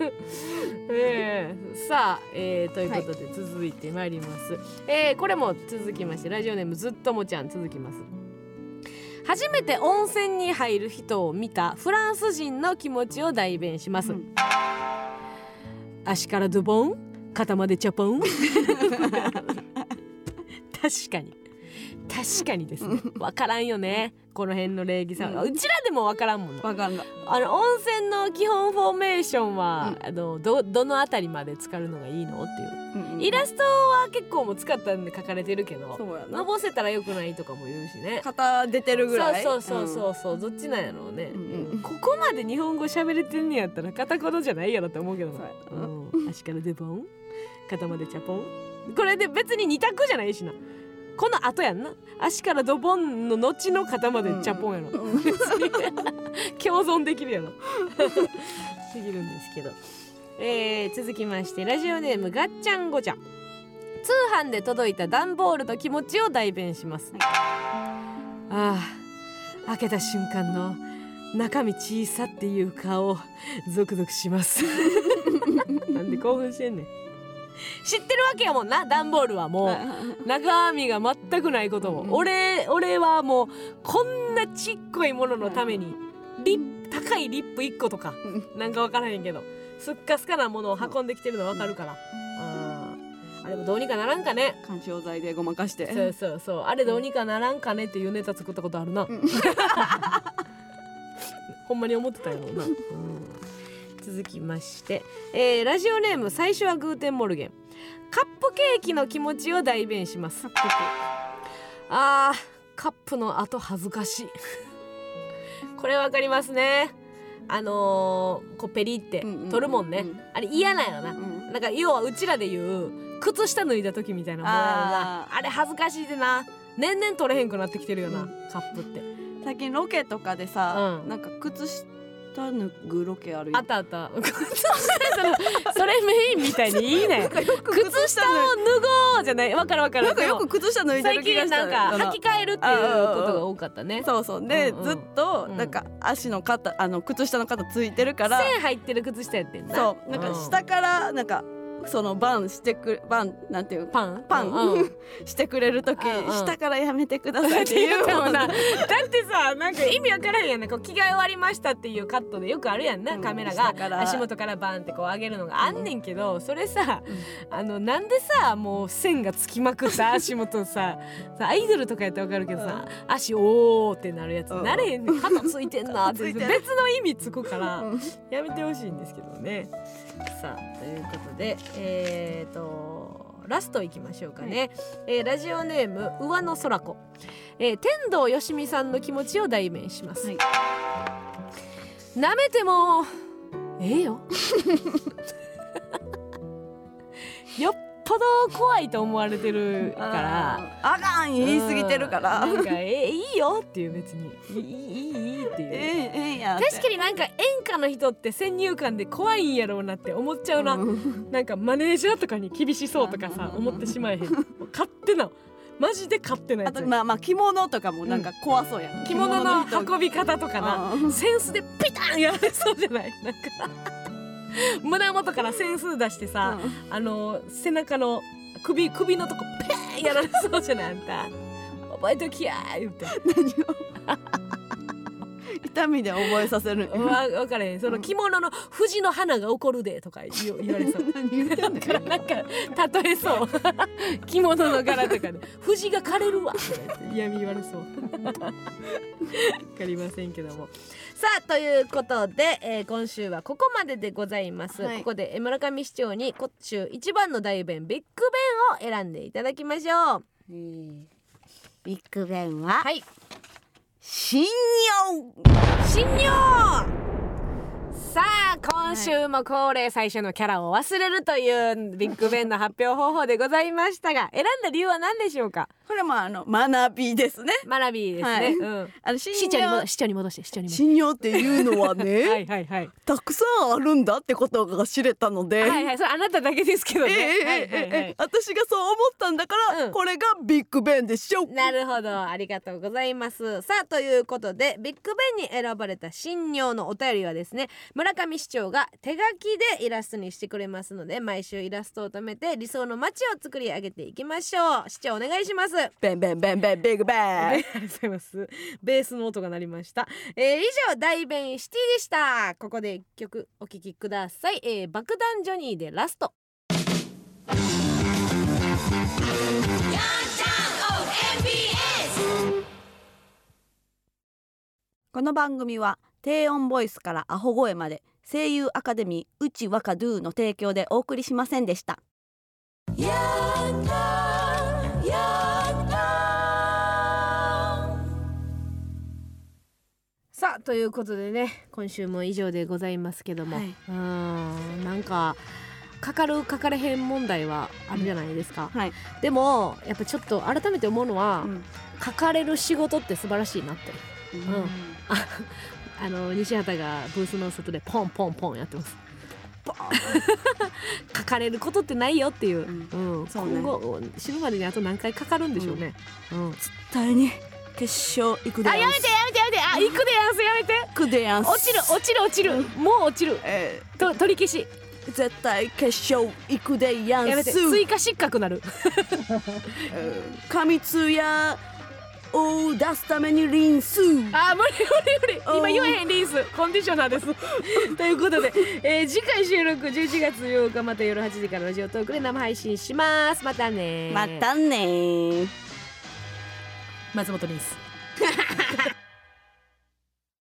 さあ、ということで続いてまいります、これも続きましてラジオネームずっともちゃん続きます。初めて温泉に入る人を見たフランス人の気持ちを代弁します、足からドボン肩までチャポン確かにですね。分からんよねこの辺の礼儀さ、うちらでも分からんもんな。 分かんない。 温泉の基本フォーメーションは、どのあたりまで浸かるのがいいのっていう、 イラストは結構もう使ったんで書かれてるけど、 そうやな、 のぼせたらよくないとかも言うしね。 肩出てるぐらい。 そう、どっちなんやろうね、ここまで日本語喋れてんねやったら片言じゃないやろって思うけどな。足からデボン、肩までチャポン、これで別に2択じゃないしな。この後やんな、足からドボンの後の肩までチャポンやろ、共存できるやろできるんですけど、続きましてラジオネームガッチャンゴチャ。通販で届いた段ボールの気持ちを代弁します。開けた瞬間の中身小さっていう顔ゾクゾクしますなんで興奮してんねん。知ってるわけやもんな、段ボールはもう中身が全くないことも。俺はもうこんなちっこいもののために高いリップ1個とかなんか分からへんけどすっかすかなものを運んできてるの分かるから、あれもどうにかならんかね。 緩衝材でごまかして。 そうあれどうにかならんかねっていうネタ作ったことあるな、ほんまに思ってたよな、続きまして、ラジオネーム最初はグーテンモルゲン。カップケーキの気持ちを代弁します。カップの後恥ずかしいこれわかりますね。こうペリって取るもんね、あれ嫌なんやろな、なんか要はうちらで言う靴下脱いだ時みたいなもんやろな。あれ恥ずかしいでな、年々取れへんくなってきてるよな、カップって。 最近ロケとかでさ、なんか靴下脱ぐロケあるよ。 あったそれメインみたいにいいね靴下を脱ごうじゃない、わかるなんかよく靴下脱いでる気がした。 最近なんか履き替えるっていうことが多かったね。 そうで、ずっとなんか足の肩靴下の肩ついてるから線入ってる靴下やってんな。 そうなんか下からなんかそのバンなんていうパンしてくれるとき、下からやめてくださいって言うもんな。 だってさ、なんか意味わからへんやんな。こう着替え終わりましたっていうカットでよくあるやんな、カメラが足元からバンってこう上げるのがあんねんけど、それさ、なんでさもう線がつきまくった足元さアイドルとかやったらわかるけどさ、足おーってなるやつなれへんねん。肩ついてんなって別の意味つくからやめてほしいんですけどね。さあということでラストいきましょうかね、ラジオネーム上野空子、天童よしみさんの気持ちを代弁します、舐めてもよよっぽど怖いと思われてるからあかん言い過ぎてるからなんかいいよっていう、別にいいっていう、確かになんか演歌の人って先入観で怖いんやろうなって思っちゃうな、なんかマネージャーとかに厳しそうとかさ思ってしまえへん勝手なマジで勝手なやつ。 あと着物とかもなんか怖そうやん、 着物の運び方とかな、センスでピタンやられそうじゃない？なんか胸元からセンス出してさ、背中の首のとこペーンやられそうじゃない？あんた覚えときやー言って何を痛みで覚えさせる分かれへん。その着物の藤の花が起こるでとか言われそう何言ってんのなんか例えそう着物の柄とかで藤が枯れるわとか嫌味言われそう分かりませんけども。さあということで、今週はここまででございます、ここで村上市長に今週一番の代弁ビッグベンを選んでいただきましょう。 ビッグベンは、信用。さあ今週も恒例最初のキャラを忘れるというビッグベンの発表方法でございましたが、選んだ理由は何でしょうか？ これも学びですね。 学びですね、市長に戻して信用っていうのはねはいたくさんあるんだってことが知れたので、 それあなただけですけどね、 私がそう思ったんだから、これがビッグベンでしょ。 なるほど、ありがとうございます。さあということでビッグベンに選ばれた信用のお便りはですね、村上市長が手書きでイラストにしてくれますので、毎週イラストを止めて理想の街を作り上げていきましょう。市長お願いします。 ベンベンベンベンビッグベンありがとうございます。ベースの音が鳴りました。以上大弁シティでした。ここで一曲お聴きください、爆弾ジョニーでラスト。 この番組は低音ボイスからアホ声まで声優アカデミーうちわかドゥの提供でお送りしませんでした。 Yeah ということでね、今週も以上でございますけども、はい、なんかかかるかかれへん問題はあるじゃないですか、はい、でもやっぱちょっと改めて思うのは、かかれる仕事って素晴らしいなって、西畑がブースの外でポンポンポンやってます。かかれることってないよっていう、そうね、今後死ぬまでにあと何回かかるんでしょうね、 絶対に決勝行くでやんす。 やめて行くでやんす、やめて。 行くでやんす。 落ちるもう落ちる、取り消し。 絶対決勝行くでやんす。 やめて、追加失格なる。 過密やを出すためにリンス。 無理今言えへん、リンスコンディショナーです。ということで、次回収録11月8日また夜8時からラジオトークで生配信します。またね松本リンス。